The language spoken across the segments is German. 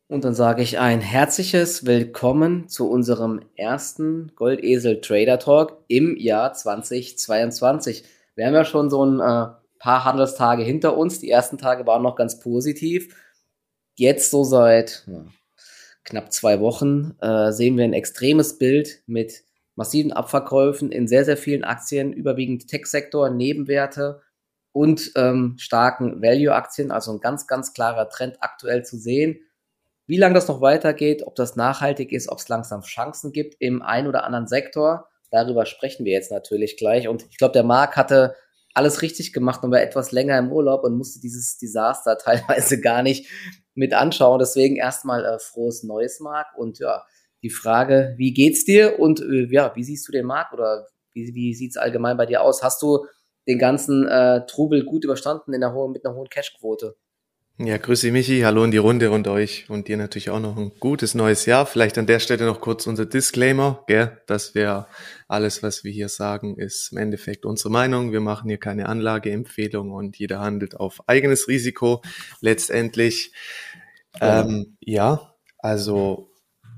Und dann sage ich ein herzliches Willkommen zu unserem ersten Goldesel Trader Talk im Jahr 2022. Wir haben ja schon so ein paar Handelstage hinter uns. Die ersten Tage waren noch ganz positiv. Jetzt so seit knapp 2 Wochen sehen wir ein extremes Bild mit massiven Abverkäufen in sehr, sehr vielen Aktien, überwiegend Tech-Sektor, Nebenwerte und starken Value-Aktien. Also ein ganz, ganz klarer Trend aktuell zu sehen. Wie lange das noch weitergeht, ob das nachhaltig ist, ob es langsam Chancen gibt im einen oder anderen Sektor, darüber sprechen wir jetzt natürlich gleich. Und ich glaube, der Marc hatte alles richtig gemacht und war etwas länger im Urlaub und musste dieses Desaster teilweise gar nicht mit anschauen. Deswegen erstmal frohes Neues, Marc. Und ja, die Frage, wie geht's dir und ja, wie siehst du den Marc oder wie sieht's allgemein bei dir aus? Hast du den ganzen Trubel gut überstanden mit einer hohen Cashquote? Ja, grüße Michi, hallo in die Runde und euch und dir natürlich auch noch ein gutes neues Jahr. Vielleicht an der Stelle noch kurz unser Disclaimer, gell, dass wir alles, was wir hier sagen, ist im Endeffekt unsere Meinung. Wir machen hier keine Anlageempfehlung und jeder handelt auf eigenes Risiko letztendlich. Genau. Ja, also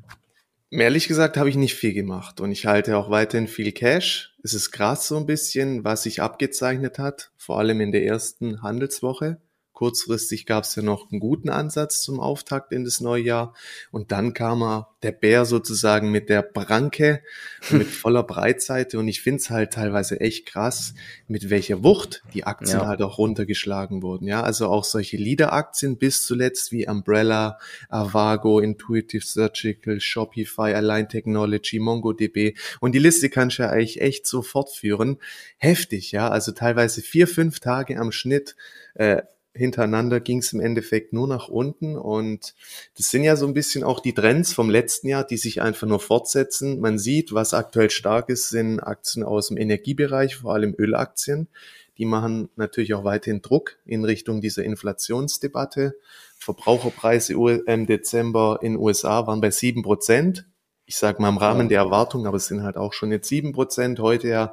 ehrlich gesagt habe ich nicht viel gemacht und ich halte auch weiterhin viel Cash. Es ist krass so ein bisschen, was sich abgezeichnet hat, vor allem in der ersten Handelswoche. Kurzfristig gab es ja noch einen guten Ansatz zum Auftakt in das neue Jahr und dann kam der Bär sozusagen mit der Pranke und mit voller Breitseite und ich finde es halt teilweise echt krass, mit welcher Wucht die Aktien Ja. halt auch runtergeschlagen wurden. Ja, also auch solche Leader-Aktien bis zuletzt wie Umbrella, Avago, Intuitive Surgical, Shopify, Align Technology, MongoDB und die Liste kann ich ja eigentlich echt so fortführen. Heftig, ja, also teilweise 4, 5 Tage am Schnitt hintereinander ging es im Endeffekt nur nach unten und das sind ja so ein bisschen auch die Trends vom letzten Jahr, die sich einfach nur fortsetzen. Man sieht, was aktuell stark ist, sind Aktien aus dem Energiebereich, vor allem Ölaktien. Die machen natürlich auch weiterhin Druck in Richtung dieser Inflationsdebatte. Verbraucherpreise im Dezember in den USA waren bei 7%. Ich sage mal im Rahmen Ja. der Erwartung, aber es sind halt auch schon jetzt 7%. Heute ja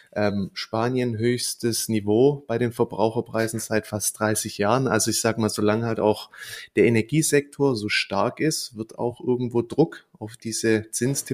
Spanien höchstes Niveau bei den Verbraucherpreisen seit fast 30 Jahren. Also ich sage mal, solange halt auch der Energiesektor so stark ist, wird auch irgendwo Druck auf diese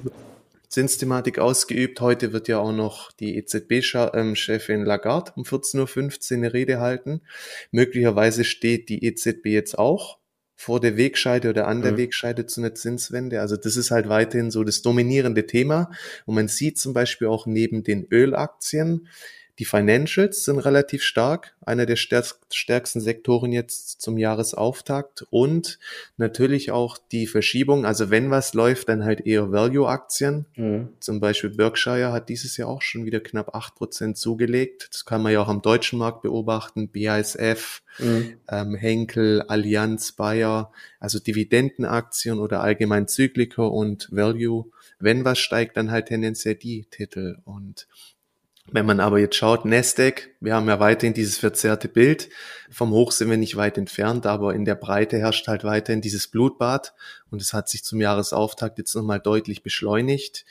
Zinsthematik ausgeübt. Heute wird ja auch noch die EZB-Chefin Lagarde um 14:15 Uhr eine Rede halten. Möglicherweise steht die EZB jetzt auch vor der Wegscheide oder an der Mhm. Wegscheide zu einer Zinswende. Also das ist halt weiterhin so das dominierende Thema. Und man sieht zum Beispiel auch neben den Ölaktien, die Financials sind relativ stark, einer der stärksten Sektoren jetzt zum Jahresauftakt und natürlich auch die Verschiebung, also wenn was läuft, dann halt eher Value-Aktien. Mhm. Zum Beispiel Berkshire hat dieses Jahr auch schon wieder knapp 8% zugelegt. Das kann man ja auch am deutschen Markt beobachten. BASF, Mhm. Henkel, Allianz, Bayer, also Dividendenaktien oder allgemein Zykliker und Value. Wenn was steigt, dann halt tendenziell die Titel. Und wenn man aber jetzt schaut, Nasdaq, wir haben ja weiterhin dieses verzerrte Bild. Vom Hoch sind wir nicht weit entfernt, aber in der Breite herrscht halt weiterhin dieses Blutbad. Und es hat sich zum Jahresauftakt jetzt nochmal deutlich beschleunigt.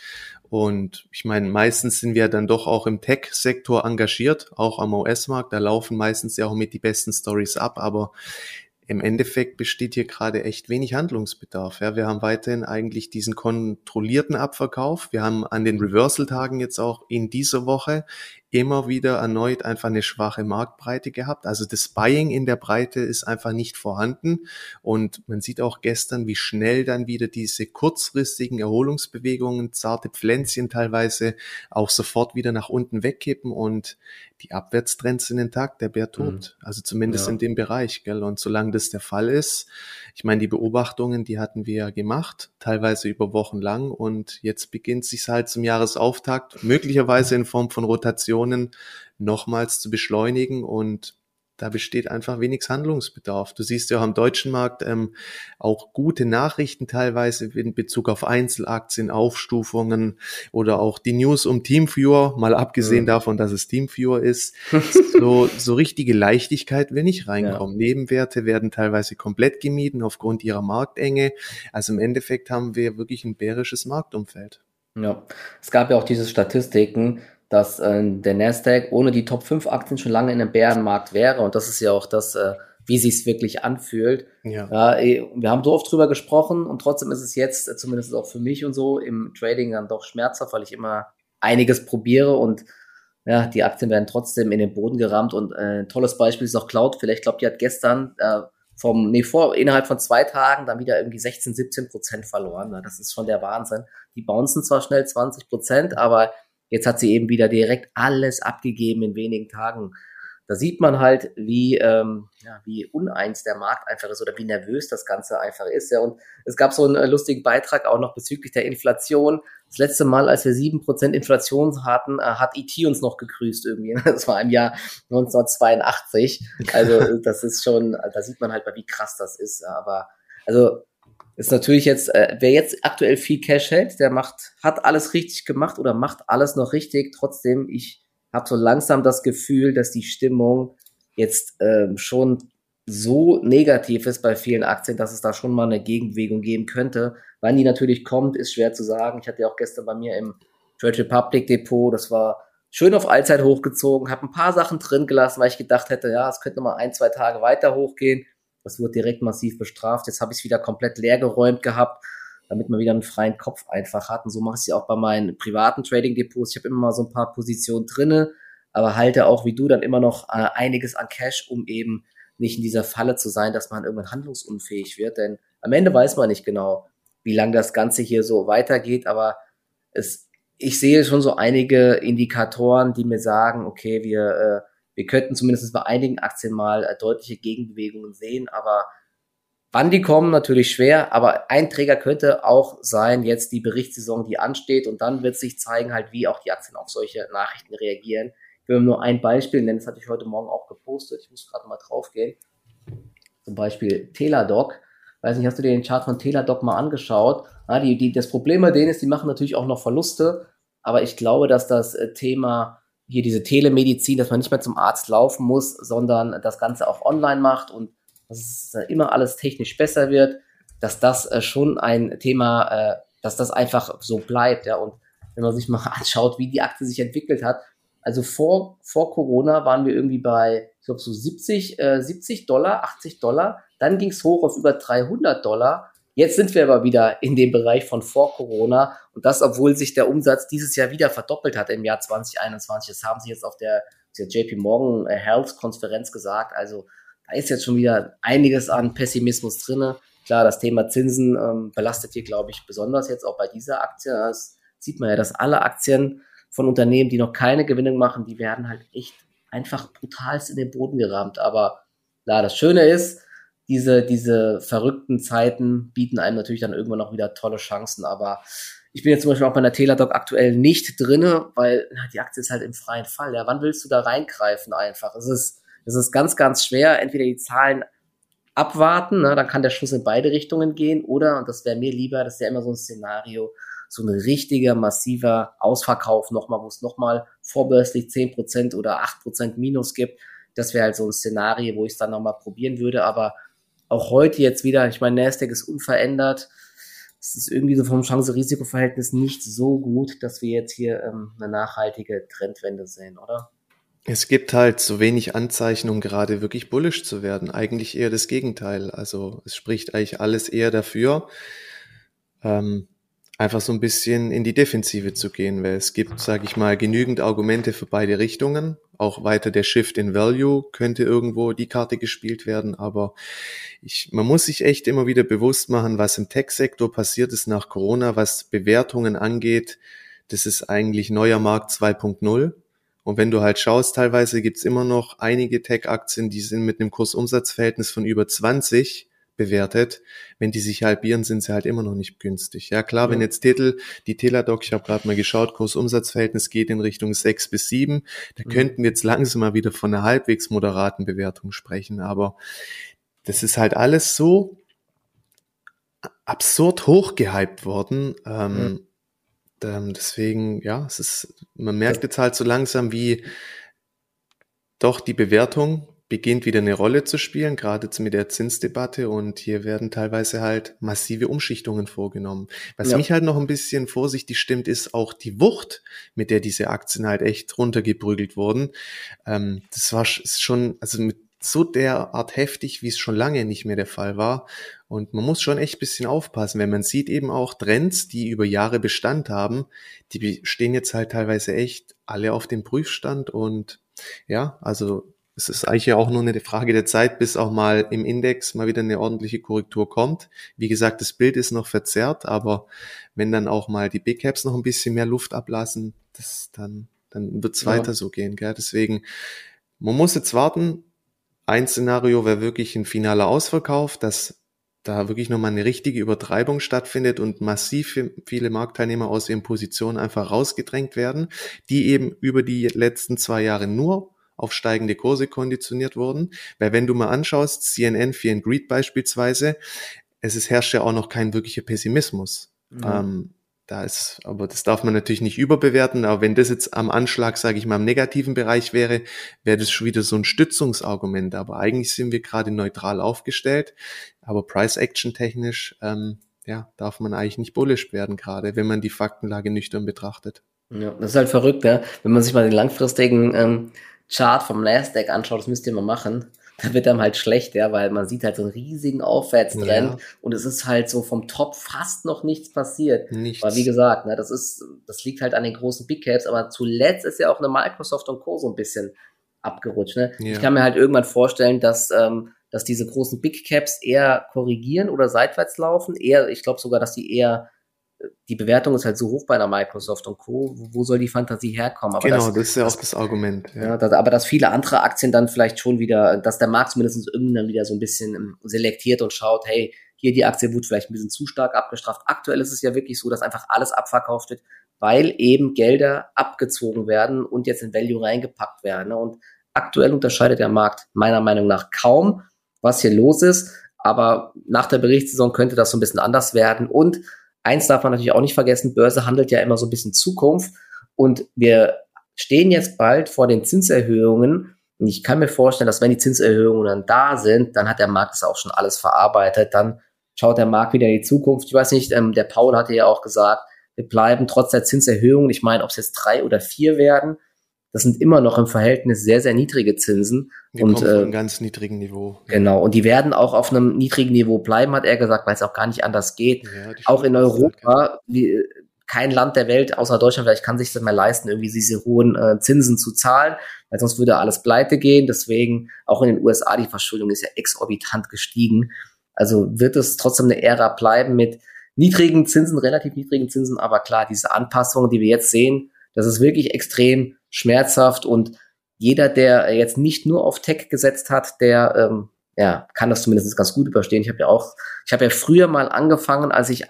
Und ich meine, meistens sind wir dann doch auch im Tech-Sektor engagiert, auch am US-Markt. Da laufen meistens ja auch mit die besten Stories ab. Aber im Endeffekt besteht hier gerade echt wenig Handlungsbedarf. Ja, wir haben weiterhin eigentlich diesen kontrollierten Abverkauf. Wir haben an den Reversal-Tagen jetzt auch in dieser Woche immer wieder erneut einfach eine schwache Marktbreite gehabt. Also das Buying in der Breite ist einfach nicht vorhanden. Und man sieht auch gestern, wie schnell dann wieder diese kurzfristigen Erholungsbewegungen, zarte Pflänzchen teilweise auch sofort wieder nach unten wegkippen und die Abwärtstrends sind intakt, der Bär Mhm. tobt. Also zumindest in Ja. dem Bereich, gell? Und solange das der Fall ist, ich meine, die Beobachtungen, die hatten wir ja gemacht, teilweise über Wochen lang und jetzt beginnt sich halt zum Jahresauftakt, möglicherweise in Form von Rotationen, nochmals zu beschleunigen und da besteht einfach wenig Handlungsbedarf. Du siehst ja auch am deutschen Markt auch gute Nachrichten teilweise in Bezug auf Einzelaktien, Aufstufungen oder auch die News um Teamviewer, mal abgesehen Mhm. davon, dass es Teamviewer ist. So richtige Leichtigkeit will nicht Ja. reinkommen. Nebenwerte werden teilweise komplett gemieden aufgrund ihrer Marktenge. Also im Endeffekt haben wir wirklich ein bärisches Marktumfeld. Ja. Es gab ja auch diese Statistiken, dass der Nasdaq ohne die Top 5 Aktien schon lange in einem Bärenmarkt wäre. Und das ist ja auch das, wie sich's wirklich anfühlt. Ja. Ja, wir haben so oft drüber gesprochen und trotzdem ist es jetzt, zumindest auch für mich und so, im Trading dann doch schmerzhaft, weil ich immer einiges probiere und ja, die Aktien werden trotzdem in den Boden gerammt und ein tolles Beispiel ist auch Cloudflare. Ich glaube, die hat gestern innerhalb von 2 Tagen dann wieder irgendwie 16-17% verloren. Ne? Das ist schon der Wahnsinn. Die bouncen zwar schnell 20%, aber jetzt hat sie eben wieder direkt alles abgegeben in wenigen Tagen. Da sieht man halt, wie uneins der Markt einfach ist oder wie nervös das Ganze einfach ist. Ja. Und es gab so einen lustigen Beitrag auch noch bezüglich der Inflation. Das letzte Mal, als wir 7% Inflation hatten, hat IT uns noch gegrüßt irgendwie. Das war im Jahr 1982. Also das ist schon, da sieht man halt mal, wie krass das ist. Aber also ist natürlich jetzt, wer jetzt aktuell viel Cash hält, hat alles richtig gemacht oder macht alles noch richtig. Trotzdem, ich habe so langsam das Gefühl, dass die Stimmung jetzt schon so negativ ist bei vielen Aktien, dass es da schon mal eine Gegenbewegung geben könnte. Wann die natürlich kommt, ist schwer zu sagen. Ich hatte ja auch gestern bei mir im Trade Republic Depot, das war schön auf Allzeit hochgezogen, habe ein paar Sachen drin gelassen, weil ich gedacht hätte, ja, es könnte noch mal 1, 2 Tage weiter hochgehen. Das wurde direkt massiv bestraft. Jetzt habe ich es wieder komplett leer geräumt gehabt, damit man wieder einen freien Kopf einfach hat. Und so mache ich es auch bei meinen privaten Trading-Depots. Ich habe immer mal so ein paar Positionen drinne, aber halte auch wie du dann immer noch einiges an Cash, um eben nicht in dieser Falle zu sein, dass man irgendwann handlungsunfähig wird. Denn am Ende weiß man nicht genau, wie lange das Ganze hier so weitergeht. Aber ich sehe schon so einige Indikatoren, die mir sagen, okay, wir könnten zumindest bei einigen Aktien mal deutliche Gegenbewegungen sehen, aber wann die kommen, natürlich schwer, aber ein Träger könnte auch sein, jetzt die Berichtssaison, die ansteht und dann wird sich zeigen halt, wie auch die Aktien auf solche Nachrichten reagieren. Ich will nur ein Beispiel nennen, das hatte ich heute Morgen auch gepostet, ich muss gerade mal drauf gehen. Zum Beispiel Teladoc. Weiß nicht, hast du dir den Chart von Teladoc mal angeschaut? Das Problem bei denen ist, die machen natürlich auch noch Verluste, aber ich glaube, dass das Thema hier diese Telemedizin, dass man nicht mehr zum Arzt laufen muss, sondern das Ganze auch online macht und dass es immer alles technisch besser wird, dass das schon ein Thema, dass das einfach so bleibt, ja. Und wenn man sich mal anschaut, wie die Aktie sich entwickelt hat, also vor Corona waren wir irgendwie bei, ich glaube, so 70 Dollar, 80 Dollar, dann ging es hoch auf über 300 Dollar. Jetzt sind wir aber wieder in dem Bereich von vor Corona und das, obwohl sich der Umsatz dieses Jahr wieder verdoppelt hat im Jahr 2021. Das haben sie jetzt auf der JP Morgan Health Konferenz gesagt. Also da ist jetzt schon wieder einiges an Pessimismus drinne. Klar, das Thema Zinsen belastet hier, glaube ich, besonders jetzt auch bei dieser Aktie. Das sieht man ja, dass alle Aktien von Unternehmen, die noch keine Gewinne machen, die werden halt echt einfach brutalst in den Boden gerammt. Aber klar, das Schöne ist, diese verrückten Zeiten bieten einem natürlich dann irgendwann noch wieder tolle Chancen. Aber ich bin jetzt zum Beispiel auch bei der Teladoc aktuell nicht drinne, weil die Aktie ist halt im freien Fall. Ja, wann willst du da reingreifen einfach? Es ist ganz, ganz schwer. Entweder die Zahlen abwarten, ne, dann kann der Schuss in beide Richtungen gehen, oder, und das wäre mir lieber, das ist ja immer so ein Szenario, so ein richtiger, massiver Ausverkauf nochmal, wo es nochmal vorbörslich 10% oder 8% Minus gibt. Das wäre halt so ein Szenario, wo ich es dann nochmal probieren würde. Aber auch heute jetzt wieder, ich meine, Nasdaq ist unverändert. Es ist irgendwie so vom Chance-Risiko-Verhältnis nicht so gut, dass wir jetzt hier eine nachhaltige Trendwende sehen, oder? Es gibt halt so wenig Anzeichen, um gerade wirklich bullish zu werden. Eigentlich eher das Gegenteil. Also es spricht eigentlich alles eher dafür, einfach so ein bisschen in die Defensive zu gehen, weil es gibt, sage ich mal, genügend Argumente für beide Richtungen. Auch weiter der Shift in Value könnte irgendwo die Karte gespielt werden, aber man muss sich echt immer wieder bewusst machen, was im Tech-Sektor passiert ist nach Corona, was Bewertungen angeht. Das ist eigentlich neuer Markt 2.0. Und wenn du halt schaust, teilweise gibt's immer noch einige Tech-Aktien, die sind mit einem Kursumsatzverhältnis von über 20 bewertet. Wenn die sich halbieren, sind sie halt immer noch nicht günstig. Ja klar, wenn jetzt die Teladoc, ich habe gerade mal geschaut, Kursumsatzverhältnis geht in Richtung 6 bis 7, da könnten wir jetzt langsam mal wieder von einer halbwegs moderaten Bewertung sprechen. Aber das ist halt alles so absurd hochgehypt worden. Deswegen, ja, man merkt jetzt halt so langsam, wie doch die Bewertung beginnt wieder eine Rolle zu spielen, gerade jetzt mit der Zinsdebatte, und hier werden teilweise halt massive Umschichtungen vorgenommen. Was mich halt noch ein bisschen vorsichtig stimmt, ist auch die Wucht, mit der diese Aktien halt echt runtergeprügelt wurden. Das ist schon, also so derart heftig, wie es schon lange nicht mehr der Fall war. Und man muss schon echt ein bisschen aufpassen, wenn man sieht eben auch Trends, die über Jahre Bestand haben, die stehen jetzt halt teilweise echt alle auf dem Prüfstand. Und ja, also es ist eigentlich ja auch nur eine Frage der Zeit, bis auch mal im Index mal wieder eine ordentliche Korrektur kommt. Wie gesagt, das Bild ist noch verzerrt, aber wenn dann auch mal die Big Caps noch ein bisschen mehr Luft ablassen, dann wird's weiter so gehen. Gell? Deswegen, man muss jetzt warten. Ein Szenario wäre wirklich ein finaler Ausverkauf, dass da wirklich nochmal eine richtige Übertreibung stattfindet und massiv viele Marktteilnehmer aus ihren Positionen einfach rausgedrängt werden, die eben über die letzten 2 Jahre nur auf steigende Kurse konditioniert wurden. Weil wenn du mal anschaust, CNN, Fear and Greed beispielsweise, herrscht ja auch noch kein wirklicher Pessimismus. Aber das darf man natürlich nicht überbewerten, aber wenn das jetzt am Anschlag, sage ich mal, im negativen Bereich wäre, wäre das schon wieder so ein Stützungsargument, aber eigentlich sind wir gerade neutral aufgestellt, aber Price-Action technisch, darf man eigentlich nicht bullish werden, gerade wenn man die Faktenlage nüchtern betrachtet. Ja, das ist halt verrückt, ja? Wenn man sich mal den langfristigen Chart vom Nasdaq anschaut, das müsst ihr mal machen, da wird einem halt schlecht, ja, weil man sieht halt so einen riesigen Aufwärtstrend und es ist halt so vom Top fast noch nichts passiert. Nichts. Weil wie gesagt, ne, das liegt halt an den großen Big Caps, aber zuletzt ist ja auch eine Microsoft und Co. so ein bisschen abgerutscht. Ne? Ja. Ich kann mir halt irgendwann vorstellen, dass diese großen Big Caps eher korrigieren oder seitwärts laufen. Ich glaube sogar, dass die Bewertung ist halt so hoch bei einer Microsoft und Co. Wo soll die Fantasie herkommen? Aber genau, das ist ja auch das Argument. Ja. Aber dass viele andere Aktien dann vielleicht schon wieder, dass der Markt zumindest irgendwann wieder so ein bisschen selektiert und schaut, hey, hier die Aktie wurde vielleicht ein bisschen zu stark abgestraft. Aktuell ist es ja wirklich so, dass einfach alles abverkauft wird, weil eben Gelder abgezogen werden und jetzt in Value reingepackt werden. Und aktuell unterscheidet der Markt meiner Meinung nach kaum, was hier los ist. Aber nach der Berichtssaison könnte das so ein bisschen anders werden. Und eins darf man natürlich auch nicht vergessen, Börse handelt ja immer so ein bisschen Zukunft und wir stehen jetzt bald vor den Zinserhöhungen und ich kann mir vorstellen, dass wenn die Zinserhöhungen dann da sind, dann hat der Markt das auch schon alles verarbeitet, dann schaut der Markt wieder in die Zukunft. Ich weiß nicht, der Paul hatte ja auch gesagt, wir bleiben trotz der Zinserhöhungen, ich meine, ob es jetzt 3 oder 4 werden, das sind immer noch im Verhältnis sehr, sehr niedrige Zinsen. Wir kommen von einem ganz niedrigen Niveau. Genau, und die werden auch auf einem niedrigen Niveau bleiben, hat er gesagt, weil es auch gar nicht anders geht. Ja, auch in Europa, kein Land der Welt außer Deutschland, vielleicht kann sich das mal leisten, irgendwie diese hohen Zinsen zu zahlen, weil sonst würde alles pleite gehen. Deswegen, auch in den USA, die Verschuldung ist ja exorbitant gestiegen. Also wird es trotzdem eine Ära bleiben mit niedrigen Zinsen, relativ niedrigen Zinsen, aber klar, diese Anpassungen, die wir jetzt sehen, das ist wirklich extrem schmerzhaft und jeder, der jetzt nicht nur auf Tech gesetzt hat, der kann das zumindest ganz gut überstehen. Ich habe ja früher mal angefangen, als ich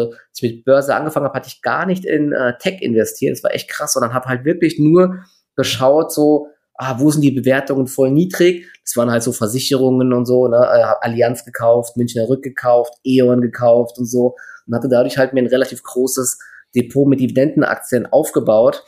mit Börse angefangen habe, hatte ich gar nicht in Tech investiert. Das war echt krass, sondern habe halt wirklich nur geschaut, so, wo sind die Bewertungen voll niedrig? Das waren halt so Versicherungen und so, ne, Allianz gekauft, Münchner Rück gekauft, E.ON gekauft und so und hatte dadurch halt mir ein relativ großes Depot mit Dividendenaktien aufgebaut.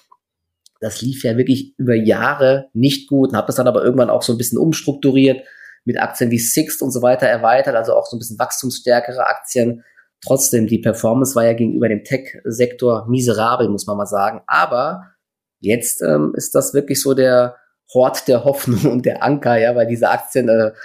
Das lief ja wirklich über Jahre nicht gut und habe das dann aber irgendwann auch so ein bisschen umstrukturiert, mit Aktien wie Sixt und so weiter erweitert, also auch so ein bisschen wachstumsstärkere Aktien. Trotzdem, die Performance war ja gegenüber dem Tech-Sektor miserabel, muss man mal sagen. Aber jetzt ist das wirklich so der Hort der Hoffnung und der Anker, ja, weil diese Aktien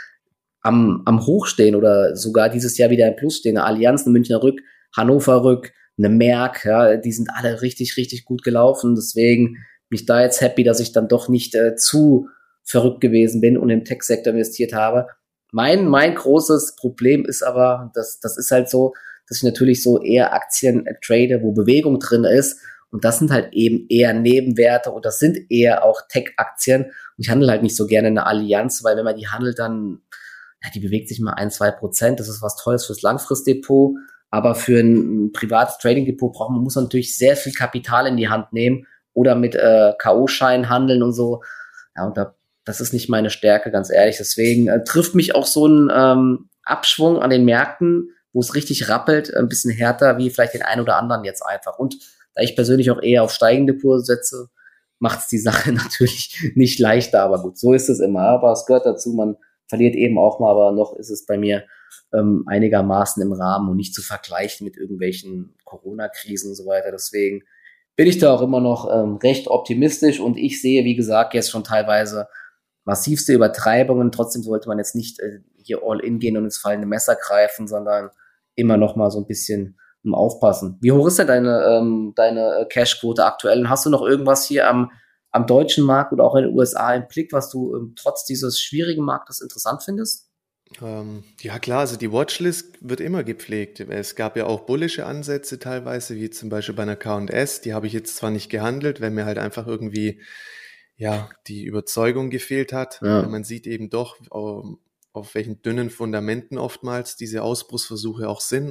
am Hoch stehen oder sogar dieses Jahr wieder im Plus stehen. Eine Allianz, eine Münchner Rück, Hannover Rück, eine Merck, ja, die sind alle richtig, richtig gut gelaufen. Deswegen bin ich da jetzt happy, dass ich dann doch nicht zu verrückt gewesen bin und im Tech-Sektor investiert habe. Mein großes Problem ist aber, das ist halt so, dass ich natürlich so eher Aktien trade, wo Bewegung drin ist. Und das sind halt eben eher Nebenwerte und das sind eher auch Tech-Aktien. Und ich handle halt nicht so gerne in einer Allianz, weil wenn man die handelt, dann, die bewegt sich mal 1-2%. Das ist was Tolles fürs Langfristdepot. Aber für ein privates Trading-Depot muss man natürlich sehr viel Kapital in die Hand nehmen oder mit K.O.-Scheinen handeln und so. Ja, und das ist nicht meine Stärke, ganz ehrlich. Deswegen trifft mich auch so ein Abschwung an den Märkten, wo es richtig rappelt, ein bisschen härter wie vielleicht den einen oder anderen jetzt einfach. Und da ich persönlich auch eher auf steigende Kurse setze, macht es die Sache natürlich nicht leichter. Aber gut, so ist es immer. Aber es gehört dazu, man verliert eben auch mal, aber noch ist es bei mir einigermaßen im Rahmen und nicht zu vergleichen mit irgendwelchen Corona-Krisen und so weiter. Deswegen bin ich da auch immer noch recht optimistisch und ich sehe, wie gesagt, jetzt schon teilweise massivste Übertreibungen. Trotzdem sollte man jetzt nicht hier all in gehen und ins fallende Messer greifen, sondern immer noch mal so ein bisschen aufpassen. Wie hoch ist denn deine Cash-Quote aktuell? Und hast du noch irgendwas hier am deutschen Markt oder auch in den USA im Blick, was du trotz dieses schwierigen Marktes interessant findest? Ja klar, also die Watchlist wird immer gepflegt. Es gab ja auch bullische Ansätze teilweise, wie zum Beispiel bei einer K&S. Die habe ich jetzt zwar nicht gehandelt, weil mir halt einfach irgendwie ja die Überzeugung gefehlt hat. Weil Ja, man sieht eben doch, auf welchen dünnen Fundamenten oftmals diese Ausbruchsversuche auch sind.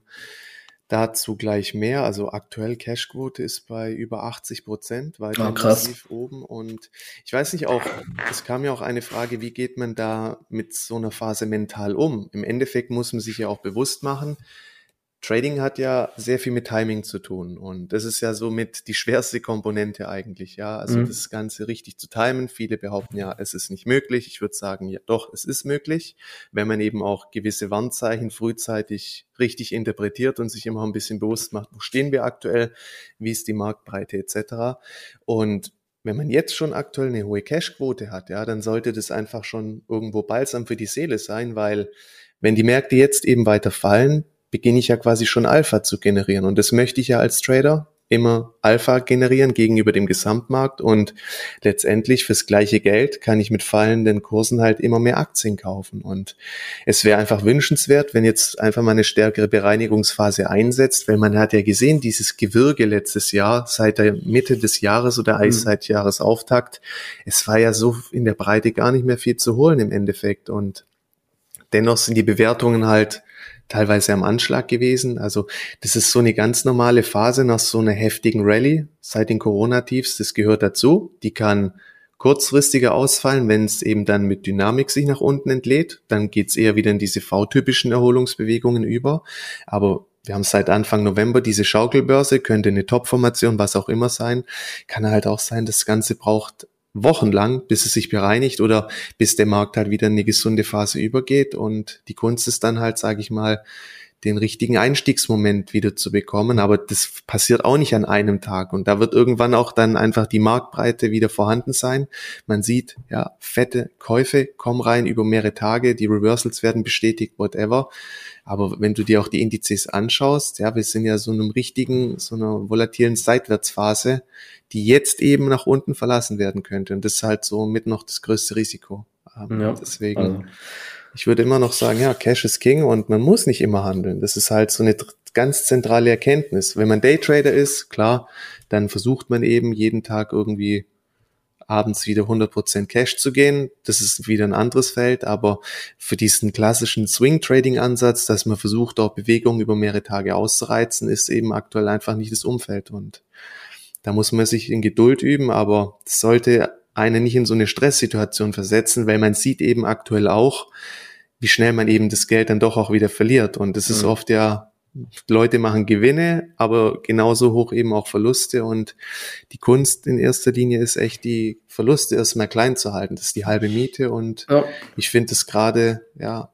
Dazu gleich mehr. Also aktuell Cashquote ist bei über 80%, ah, weiterhin krass. massiv oben. Und ich weiß nicht, auch, es kam ja auch eine Frage, wie geht man da mit so einer Phase mental um? Im Endeffekt muss man sich ja auch bewusst machen, Trading hat ja sehr viel mit Timing zu tun und das ist ja somit die schwerste Komponente eigentlich, ja. Also Mhm. das Ganze richtig zu timen. Viele behaupten ja, es ist nicht möglich. Ich würde sagen, ja doch, es ist möglich, wenn man eben auch gewisse Warnzeichen frühzeitig richtig interpretiert und sich immer ein bisschen bewusst macht, wo stehen wir aktuell, wie ist die Marktbreite etc. Und wenn man jetzt schon aktuell eine hohe Cashquote hat, ja, dann sollte das einfach schon irgendwo balsam für die Seele sein, weil wenn die Märkte jetzt eben weiter fallen, beginne ich ja quasi schon Alpha zu generieren. Und das möchte ich ja als Trader immer Alpha generieren gegenüber dem Gesamtmarkt. Und letztendlich fürs gleiche Geld kann ich mit fallenden Kursen halt immer mehr Aktien kaufen. Und es wäre einfach wünschenswert, wenn jetzt einfach mal eine stärkere Bereinigungsphase einsetzt, weil man hat ja gesehen, dieses Gewürge letztes Jahr, seit der Mitte des Jahres oder Mhm. seit Jahresauftakt, es war ja so in der Breite gar nicht mehr viel zu holen im Endeffekt. Und dennoch sind die Bewertungen halt teilweise am Anschlag gewesen. Also das ist so eine ganz normale Phase nach so einer heftigen Rallye seit den Corona-Tiefs. Das gehört dazu. Die kann kurzfristiger ausfallen, wenn es eben dann mit Dynamik sich nach unten entlädt. Dann geht's eher wieder in diese V-typischen Erholungsbewegungen über. Aber wir haben seit Anfang November diese Schaukelbörse, könnte eine Top-Formation, was auch immer sein. Kann halt auch sein, das Ganze braucht wochenlang, bis es sich bereinigt oder bis der Markt halt wieder in eine gesunde Phase übergeht. Und die Kunst ist dann halt, sage ich mal, den richtigen Einstiegsmoment wieder zu bekommen. Aber das passiert auch nicht an einem Tag. Und da wird irgendwann auch dann einfach die Marktbreite wieder vorhanden sein. Man sieht, ja, fette Käufe kommen rein über mehrere Tage, die Reversals werden bestätigt, whatever. Aber wenn du dir auch die Indizes anschaust, ja, wir sind ja so so einer volatilen Seitwärtsphase, die jetzt eben nach unten verlassen werden könnte. Und das ist halt so mit noch das größte Risiko. Ja, Deswegen, also. ich würde immer noch sagen, ja, Cash is King und man muss nicht immer handeln. Das ist halt so eine ganz zentrale Erkenntnis. Wenn man Daytrader ist, klar, dann versucht man eben jeden Tag irgendwie abends wieder 100% Cash zu gehen. Das ist wieder ein anderes Feld, aber für diesen klassischen Swing-Trading-Ansatz, dass man versucht, auch Bewegungen über mehrere Tage auszureizen, ist eben aktuell einfach nicht das Umfeld und da muss man sich in Geduld üben, aber das sollte einen nicht in so eine Stresssituation versetzen, weil man sieht eben aktuell auch, wie schnell man eben das Geld dann doch auch wieder verliert. Und das ist Mhm. oft ja, Leute machen Gewinne, aber genauso hoch eben auch Verluste. Und die Kunst in erster Linie ist echt, die Verluste erstmal klein zu halten. Das ist die halbe Miete. Und Ja, ich finde das gerade, ja,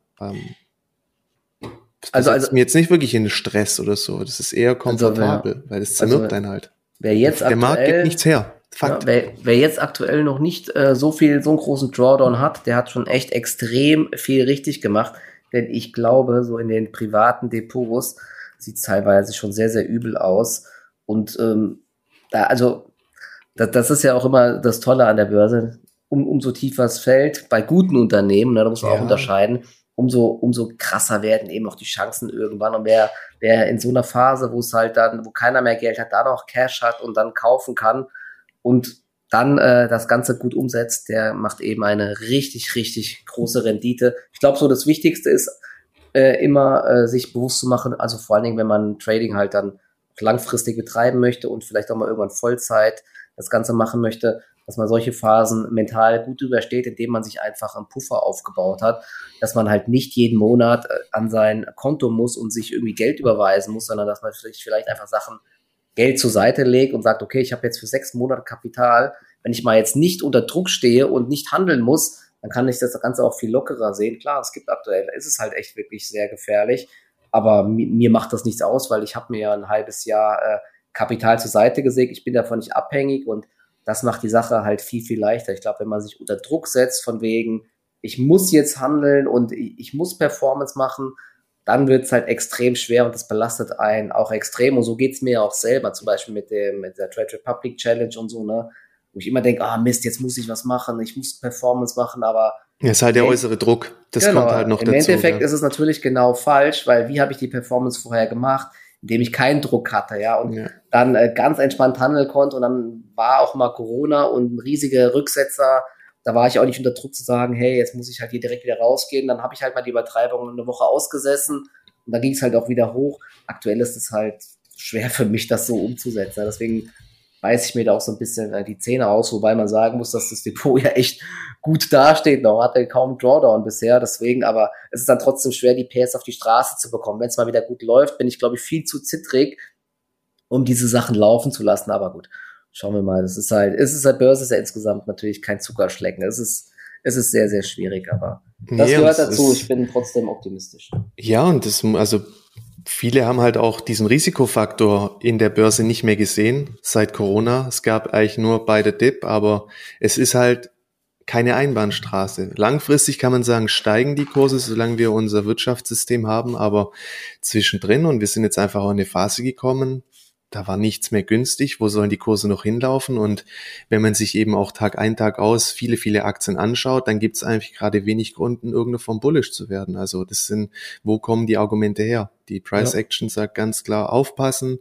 das also, also, versetzt mir jetzt nicht wirklich in Stress oder so. Das ist eher also, wer, komfortabel, weil das zermürbt also, einen halt. wer jetzt Der Markt gibt nichts aktuell, her. ja, Fakt. wer jetzt aktuell noch nicht so einen großen Drawdown hat, der hat schon echt extrem viel richtig gemacht. Denn ich glaube, so in den privaten Depots sieht es teilweise schon sehr, sehr übel aus. Und also, das ist ja auch immer das Tolle an der Börse. Umso tiefer es fällt, bei guten Unternehmen, ne, da muss man auch Ja, unterscheiden, umso krasser werden eben auch die Chancen irgendwann. Und wer in so einer Phase, wo es halt dann, wo keiner mehr Geld hat, da noch Cash hat und dann kaufen kann und dann das Ganze gut umsetzt, der macht eben eine richtig, richtig große Rendite. Ich glaube, so das Wichtigste ist, immer sich bewusst zu machen, also vor allen Dingen, wenn man Trading halt dann langfristig betreiben möchte und vielleicht auch mal irgendwann Vollzeit das Ganze machen möchte, dass man solche Phasen mental gut übersteht, indem man sich einfach einen Puffer aufgebaut hat, dass man halt nicht jeden Monat an sein Konto muss und sich irgendwie Geld überweisen muss, sondern dass man vielleicht einfach Sachen Geld zur Seite legt und sagt, okay, ich habe jetzt für 6 Monate Kapital, wenn ich mal jetzt nicht unter Druck stehe und nicht handeln muss, dann kann ich das Ganze auch viel lockerer sehen. Klar, es gibt aktuell, ist es halt echt wirklich sehr gefährlich, aber mir macht das nichts aus, weil ich habe mir ja ein halbes Jahr Kapital zur Seite gelegt, ich bin davon nicht abhängig und das macht die Sache halt viel, viel leichter. Ich glaube, wenn man sich unter Druck setzt von wegen, ich muss jetzt handeln und ich muss Performance machen, dann wird es halt extrem schwer und das belastet einen auch extrem. Und so geht es mir auch selber, zum Beispiel mit der Trade Republic Challenge und so, ne? Wo ich immer denke, Mist, jetzt muss ich was machen, ich muss Performance machen, aber ja, ist halt der äußere Druck, das kommt halt noch dazu. Im Endeffekt ist es natürlich genau falsch, weil wie habe ich die Performance vorher gemacht, indem ich keinen Druck hatte, ja, und dann ganz entspannt handeln konnte und dann war auch mal Corona und ein riesiger Rücksetzer. Da war ich auch nicht unter Druck zu sagen, hey, jetzt muss ich halt hier direkt wieder rausgehen. Dann habe ich halt mal die Übertreibung eine Woche ausgesessen und dann ging es halt auch wieder hoch. Aktuell ist es halt schwer für mich, das so umzusetzen. Deswegen beiße ich mir da auch so ein bisschen die Zähne aus, wobei man sagen muss, dass das Depot ja echt gut dasteht noch. Hatte kaum Drawdown bisher, deswegen, aber es ist dann trotzdem schwer, die PS auf die Straße zu bekommen. Wenn es mal wieder gut läuft, bin ich, glaube ich, viel zu zittrig, um diese Sachen laufen zu lassen. Aber gut, schauen wir mal. Es ist halt Börse ist ja insgesamt natürlich kein Zuckerschlecken. Es ist sehr, sehr schwierig, aber das gehört dazu. Ich bin trotzdem optimistisch. Ja, und viele haben halt auch diesen Risikofaktor in der Börse nicht mehr gesehen seit Corona. Es gab eigentlich nur bei der Dip, aber es ist halt keine Einbahnstraße. Langfristig kann man sagen, steigen die Kurse, solange wir unser Wirtschaftssystem haben, aber zwischendrin, und wir sind jetzt einfach auch in eine Phase gekommen, da war nichts mehr günstig, wo sollen die Kurse noch hinlaufen? Und wenn man sich eben auch Tag ein, Tag aus viele, viele Aktien anschaut, dann gibt es eigentlich gerade wenig Grund, in irgendeiner Form bullish zu werden. Also wo kommen die Argumente her? Die Price Action sagt ganz klar, aufpassen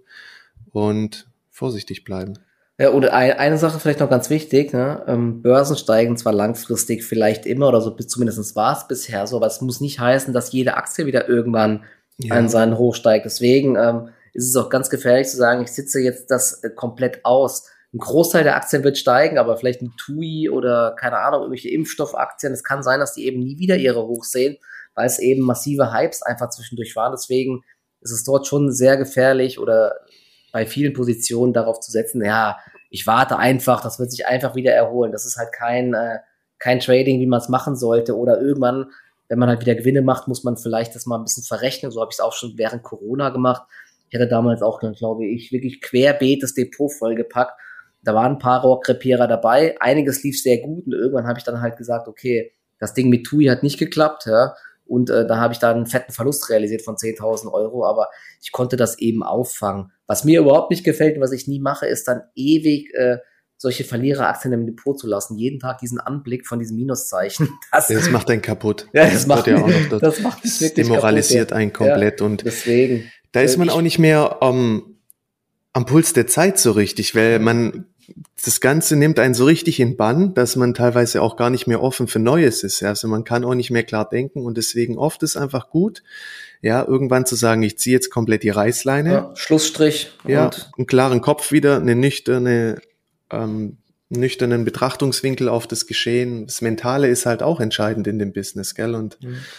und vorsichtig bleiben. Ja, oder eine Sache vielleicht noch ganz wichtig, ne? Börsen steigen zwar langfristig vielleicht immer oder so, zumindest war es bisher so, aber es muss nicht heißen, dass jede Aktie wieder irgendwann an seinen Hoch steigt. Deswegen ist es auch ganz gefährlich zu sagen, ich sitze jetzt das komplett aus. Ein Großteil der Aktien wird steigen, aber vielleicht ein TUI oder, keine Ahnung, irgendwelche Impfstoffaktien. Es kann sein, dass die eben nie wieder ihre Hochs sehen, weil es eben massive Hypes einfach zwischendurch waren. Deswegen ist es dort schon sehr gefährlich oder bei vielen Positionen darauf zu setzen, ja, ich warte einfach, das wird sich einfach wieder erholen. Das ist halt kein Trading, wie man es machen sollte. Oder irgendwann, wenn man halt wieder Gewinne macht, muss man vielleicht das mal ein bisschen verrechnen. So habe ich es auch schon während Corona gemacht. Ich hatte damals auch, glaube ich, wirklich querbeet das Depot vollgepackt. Da waren ein paar Rohrkrepierer dabei. Einiges lief sehr gut und irgendwann habe ich dann halt gesagt, okay, das Ding mit TUI hat nicht geklappt, ja. Und da habe ich dann einen fetten Verlust realisiert von 10.000 Euro, aber ich konnte das eben auffangen. Was mir überhaupt nicht gefällt und was ich nie mache, ist dann ewig solche Verliereraktien im Depot zu lassen. Jeden Tag diesen Anblick von diesem Minuszeichen. Das macht einen kaputt. Ja, das macht mich wirklich demoralisiert kaputt, einen komplett. Ja, und deswegen. Da ist man auch nicht mehr am Puls der Zeit so richtig, weil das Ganze nimmt einen so richtig in Bann, dass man teilweise auch gar nicht mehr offen für Neues ist. Ja? Also man kann auch nicht mehr klar denken und deswegen oft ist einfach gut, ja, irgendwann zu sagen, ich ziehe jetzt komplett die Reißleine. Ja, Schlussstrich. Ja, einen klaren Kopf wieder, einen nüchternen Betrachtungswinkel auf das Geschehen. Das Mentale ist halt auch entscheidend in dem Business, gell? Und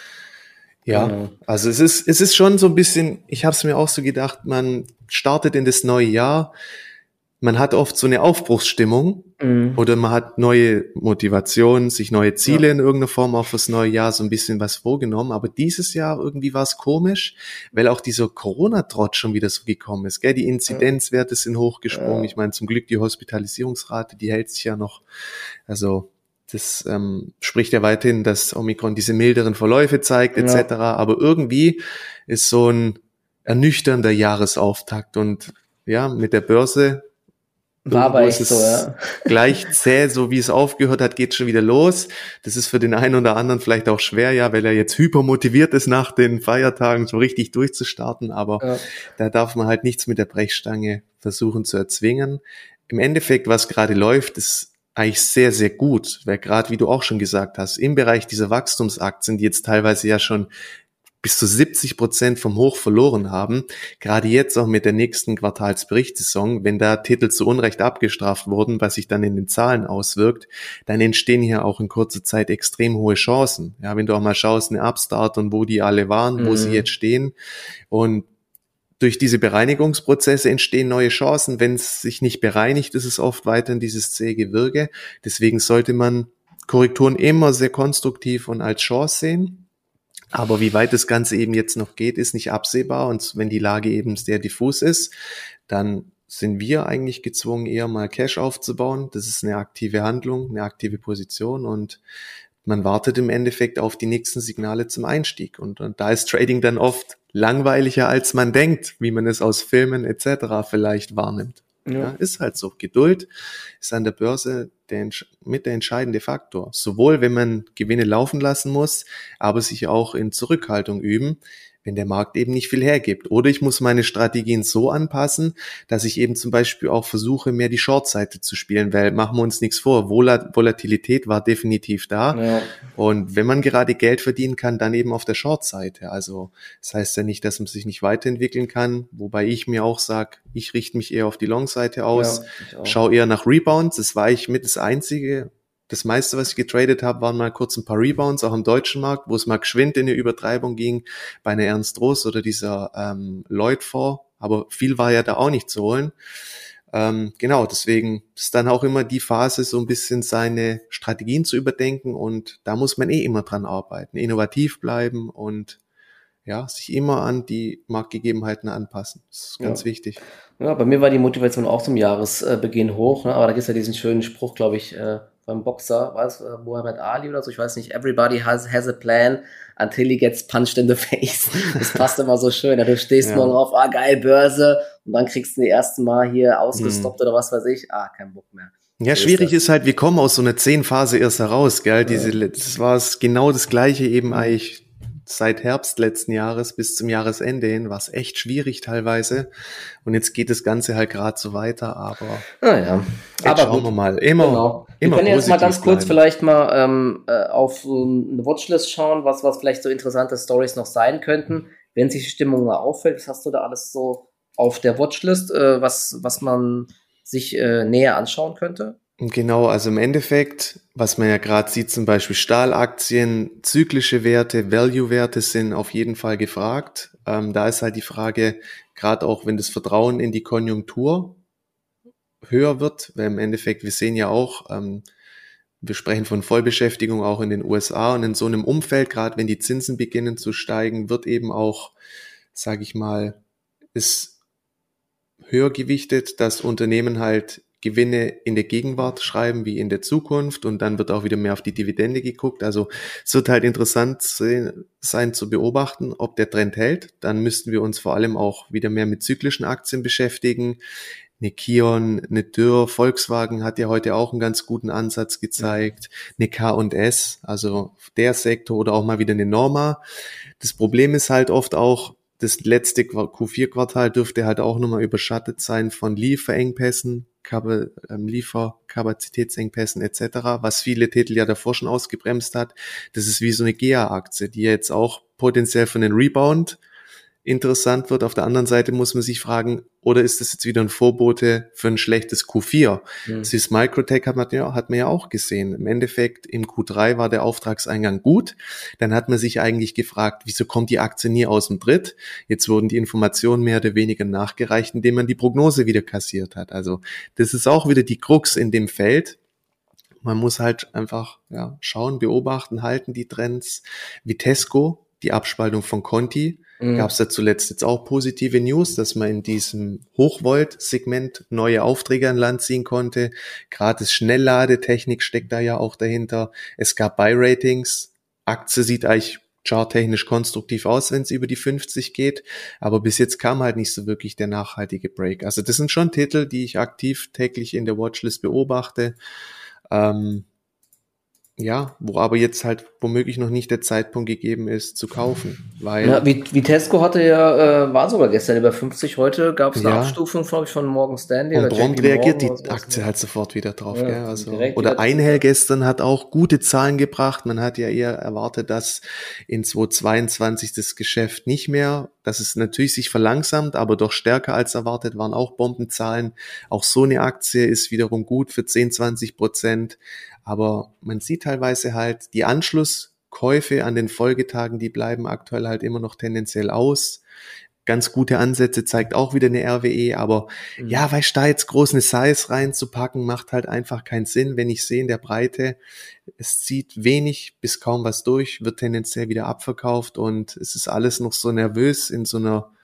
ja, also es ist schon so ein bisschen, ich habe es mir auch so gedacht, man startet in das neue Jahr, man hat oft so eine Aufbruchsstimmung oder man hat neue Motivationen, sich neue Ziele in irgendeiner Form auch fürs neue Jahr so ein bisschen was vorgenommen, aber dieses Jahr irgendwie war es komisch, weil auch dieser Corona-Trott schon wieder so gekommen ist, gell? Die Inzidenzwerte sind hochgesprungen, ich meine zum Glück die Hospitalisierungsrate, die hält sich ja noch, also das spricht ja weiterhin, dass Omikron diese milderen Verläufe zeigt, etc. Aber irgendwie ist so ein ernüchternder Jahresauftakt und ja, mit der Börse war aber echt so, ja. Gleich zäh, so wie es aufgehört hat, geht schon wieder los. Das ist für den einen oder anderen vielleicht auch schwer, ja, weil er jetzt hypermotiviert ist, nach den Feiertagen so richtig durchzustarten. Aber da darf man halt nichts mit der Brechstange versuchen zu erzwingen. Im Endeffekt, was gerade läuft, ist eigentlich sehr, sehr gut, weil gerade, wie du auch schon gesagt hast, im Bereich dieser Wachstumsaktien, die jetzt teilweise ja schon bis zu 70% vom Hoch verloren haben, gerade jetzt auch mit der nächsten Quartalsberichtssaison, wenn da Titel zu Unrecht abgestraft wurden, was sich dann in den Zahlen auswirkt, dann entstehen hier auch in kurzer Zeit extrem hohe Chancen. Ja, wenn du auch mal schaust, eine Upstart und wo die alle waren, wo sie jetzt stehen, und durch diese Bereinigungsprozesse entstehen neue Chancen. Wenn es sich nicht bereinigt, ist es oft weiterhin dieses zähe Gewirke. Deswegen sollte man Korrekturen immer sehr konstruktiv und als Chance sehen. Aber wie weit das Ganze eben jetzt noch geht, ist nicht absehbar. Und wenn die Lage eben sehr diffus ist, dann sind wir eigentlich gezwungen, eher mal Cash aufzubauen. Das ist eine aktive Handlung, eine aktive Position und man wartet im Endeffekt auf die nächsten Signale zum Einstieg. Und da ist Trading dann oft langweiliger, als man denkt, wie man es aus Filmen etc. vielleicht wahrnimmt. Ja, ist halt so. Geduld ist an der Börse mit der entscheidende Faktor. Sowohl, wenn man Gewinne laufen lassen muss, aber sich auch in Zurückhaltung üben, wenn der Markt eben nicht viel hergibt. Oder ich muss meine Strategien so anpassen, dass ich eben zum Beispiel auch versuche, mehr die Short-Seite zu spielen, weil machen wir uns nichts vor, Volatilität war definitiv da. Ja. Und wenn man gerade Geld verdienen kann, dann eben auf der Short-Seite. Also das heißt ja nicht, dass man sich nicht weiterentwickeln kann, wobei ich mir auch sage, ich richte mich eher auf die Long-Seite aus, schaue eher nach Rebounds. Das war ich mit das Einzige. Das meiste, was ich getradet habe, waren mal kurz ein paar Rebounds, auch im deutschen Markt, wo es mal geschwind in eine Übertreibung ging, bei einer Ernst Roos oder dieser Lloyd-Fonds. Aber viel war ja da auch nicht zu holen. Genau, deswegen ist dann auch immer die Phase, so ein bisschen seine Strategien zu überdenken und da muss man immer dran arbeiten, innovativ bleiben und ja, sich immer an die Marktgegebenheiten anpassen. Das ist ganz wichtig. Ja, bei mir war die Motivation auch zum Jahresbeginn hoch, ne? Aber da gibt es ja diesen schönen Spruch, glaube ich, beim Boxer, war es Muhammad Ali oder so, ich weiß nicht, everybody has a plan until he gets punched in the face. Das passt immer so schön. Du stehst morgen auf, geil, Börse, und dann kriegst du die erste Mal hier ausgestoppt oder was weiß ich, kein Bock mehr. Ja, so schwierig ist halt, wir kommen aus so einer 10-Phase erst heraus, gell? Das war genau das Gleiche eben eigentlich seit Herbst letzten Jahres bis zum Jahresende hin, war es echt schwierig teilweise. Und jetzt geht das Ganze halt gerade so weiter, aber aber schauen wir mal. Immer wir können jetzt mal ganz kurz bleiben. Vielleicht mal auf so eine Watchlist schauen, was vielleicht so interessante Stories noch sein könnten, wenn sich die Stimmung mal auffällt. Was hast du da alles so auf der Watchlist, was man sich näher anschauen könnte? Genau, also im Endeffekt, was man ja gerade sieht, zum Beispiel Stahlaktien, zyklische Werte, Value-Werte sind auf jeden Fall gefragt. Da ist halt die Frage, gerade auch wenn das Vertrauen in die Konjunktur höher wird, weil im Endeffekt, wir sehen ja auch, wir sprechen von Vollbeschäftigung auch in den USA und in so einem Umfeld, gerade wenn die Zinsen beginnen zu steigen, wird eben auch, sage ich mal, ist höher gewichtet, dass Unternehmen halt Gewinne in der Gegenwart schreiben wie in der Zukunft und dann wird auch wieder mehr auf die Dividende geguckt. Also es wird halt interessant sein zu beobachten, ob der Trend hält. Dann müssten wir uns vor allem auch wieder mehr mit zyklischen Aktien beschäftigen. Eine Kion, eine Dürr, Volkswagen hat ja heute auch einen ganz guten Ansatz gezeigt. Eine K&S, also der Sektor oder auch mal wieder eine Norma. Das Problem ist halt oft auch, das letzte Q4-Quartal dürfte halt auch nochmal überschattet sein von Lieferengpässen, Lieferkapazitätsengpässen etc., was viele Titel ja davor schon ausgebremst hat. Das ist wie so eine GEA-Aktie, die jetzt auch potenziell von den Rebound interessant wird. Auf der anderen Seite muss man sich fragen, oder ist das jetzt wieder ein Vorbote für ein schlechtes Q4? Swiss Microtech hat man ja auch gesehen. Im Endeffekt im Q3 war der Auftragseingang gut. Dann hat man sich eigentlich gefragt, wieso kommt die Aktie nie aus dem Tritt? Jetzt wurden die Informationen mehr oder weniger nachgereicht, indem man die Prognose wieder kassiert hat. Also das ist auch wieder die Krux in dem Feld. Man muss halt einfach schauen, beobachten, halten die Trends. Vitesco, die Abspaltung von Conti, gab es da zuletzt jetzt auch positive News, dass man in diesem Hochvolt-Segment neue Aufträge an Land ziehen konnte. Gerade das Schnellladetechnik steckt da ja auch dahinter. Es gab Buy-Ratings. Aktie sieht eigentlich charttechnisch konstruktiv aus, wenn es über die 50 geht. Aber bis jetzt kam halt nicht so wirklich der nachhaltige Break. Also das sind schon Titel, die ich aktiv täglich in der Watchlist beobachte. Wo aber jetzt halt womöglich noch nicht der Zeitpunkt gegeben ist, zu kaufen. Weil Vitesco hatte war sogar gestern über 50, heute gab es eine Abstufung, glaube ich, von Morgan Stanley. Und prompt reagiert die Aktie halt sofort wieder drauf. Gell? Also, oder Einhell gestern hat auch gute Zahlen gebracht. Man hat ja eher erwartet, dass in 2022 das Geschäft nicht mehr, dass es natürlich sich verlangsamt, aber doch stärker als erwartet, waren auch Bombenzahlen. Auch so eine Aktie ist wiederum gut für 10-20%. Aber man sieht teilweise halt, die Anschlusskäufe an den Folgetagen, die bleiben aktuell halt immer noch tendenziell aus. Ganz gute Ansätze zeigt auch wieder eine RWE, aber weißt du, da jetzt groß eine Size reinzupacken, macht halt einfach keinen Sinn, wenn ich sehe in der Breite, es zieht wenig bis kaum was durch, wird tendenziell wieder abverkauft und es ist alles noch so nervös in so einer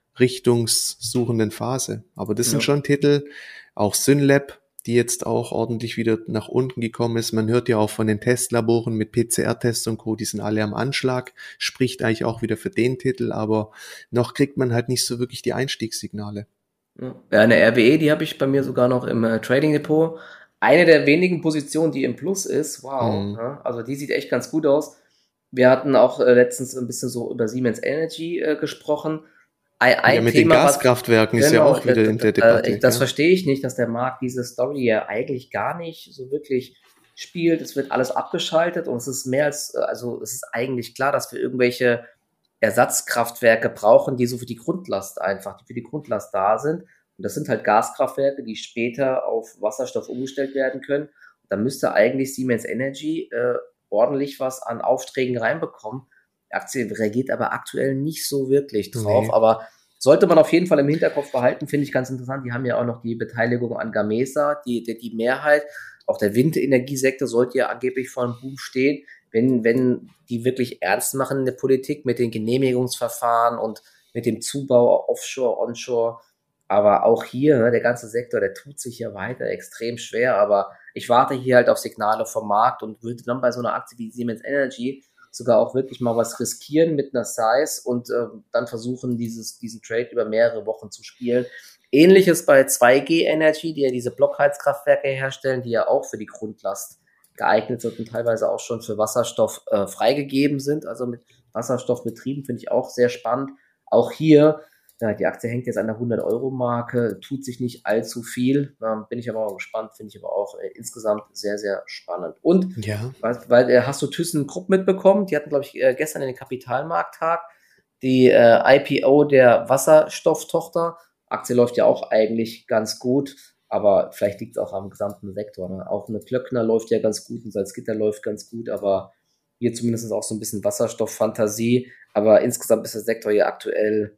richtungssuchenden Phase. Aber das sind schon Titel, auch Synlab, die jetzt auch ordentlich wieder nach unten gekommen ist. Man hört ja auch von den Testlaboren mit PCR-Tests und Co., die sind alle am Anschlag, spricht eigentlich auch wieder für den Titel, aber noch kriegt man halt nicht so wirklich die Einstiegssignale. Ja, eine RWE, die habe ich bei mir sogar noch im Trading Depot. Eine der wenigen Positionen, die im Plus ist. Wow. Ja, also die sieht echt ganz gut aus. Wir hatten auch letztens ein bisschen so über Siemens Energy gesprochen. Ja, mit den Gaskraftwerken ist ja auch wieder in der Debatte. Das verstehe ich nicht, dass der Markt diese Story ja eigentlich gar nicht so wirklich spielt. Es wird alles abgeschaltet und es ist mehr als, also es ist eigentlich klar, dass wir irgendwelche Ersatzkraftwerke brauchen, die so für die Grundlast einfach, die für die Grundlast da sind. Und das sind halt Gaskraftwerke, die später auf Wasserstoff umgestellt werden können. Und da müsste eigentlich Siemens Energy ordentlich was an Aufträgen reinbekommen. Die Aktie reagiert aber aktuell nicht so wirklich drauf. Nee. Aber sollte man auf jeden Fall im Hinterkopf behalten, finde ich ganz interessant. Die haben ja auch noch die Beteiligung an Gamesa, die Mehrheit. Auch der Windenergiesektor sollte ja angeblich vor einem Boom stehen. Wenn die wirklich ernst machen in der Politik mit den Genehmigungsverfahren und mit dem Zubau Offshore, Onshore. Aber auch hier, ne, der ganze Sektor, der tut sich ja weiter extrem schwer. Aber ich warte hier halt auf Signale vom Markt und würde dann bei so einer Aktie wie Siemens Energy sogar auch wirklich mal was riskieren mit einer Size und dann versuchen, diesen Trade über mehrere Wochen zu spielen. Ähnliches bei 2G Energy, die ja diese Blockheizkraftwerke herstellen, die ja auch für die Grundlast geeignet sind und teilweise auch schon für Wasserstoff freigegeben sind, also mit Wasserstoff betrieben, finde ich auch sehr spannend. Auch hier, ja, die Aktie hängt jetzt an der 100-Euro-Marke, tut sich nicht allzu viel, bin ich aber auch gespannt, finde ich aber auch insgesamt sehr, sehr spannend. Und ja. weil hast du ThyssenKrupp mitbekommen? Die hatten, glaube ich, gestern den Kapitalmarkttag die IPO der Wasserstofftochter. Aktie läuft ja auch eigentlich ganz gut. Aber vielleicht liegt es auch am gesamten Sektor. Ne? Auch eine Klöckner läuft ja ganz gut, ein Salzgitter läuft ganz gut, aber hier zumindest auch so ein bisschen Wasserstofffantasie. Aber insgesamt ist der Sektor ja aktuell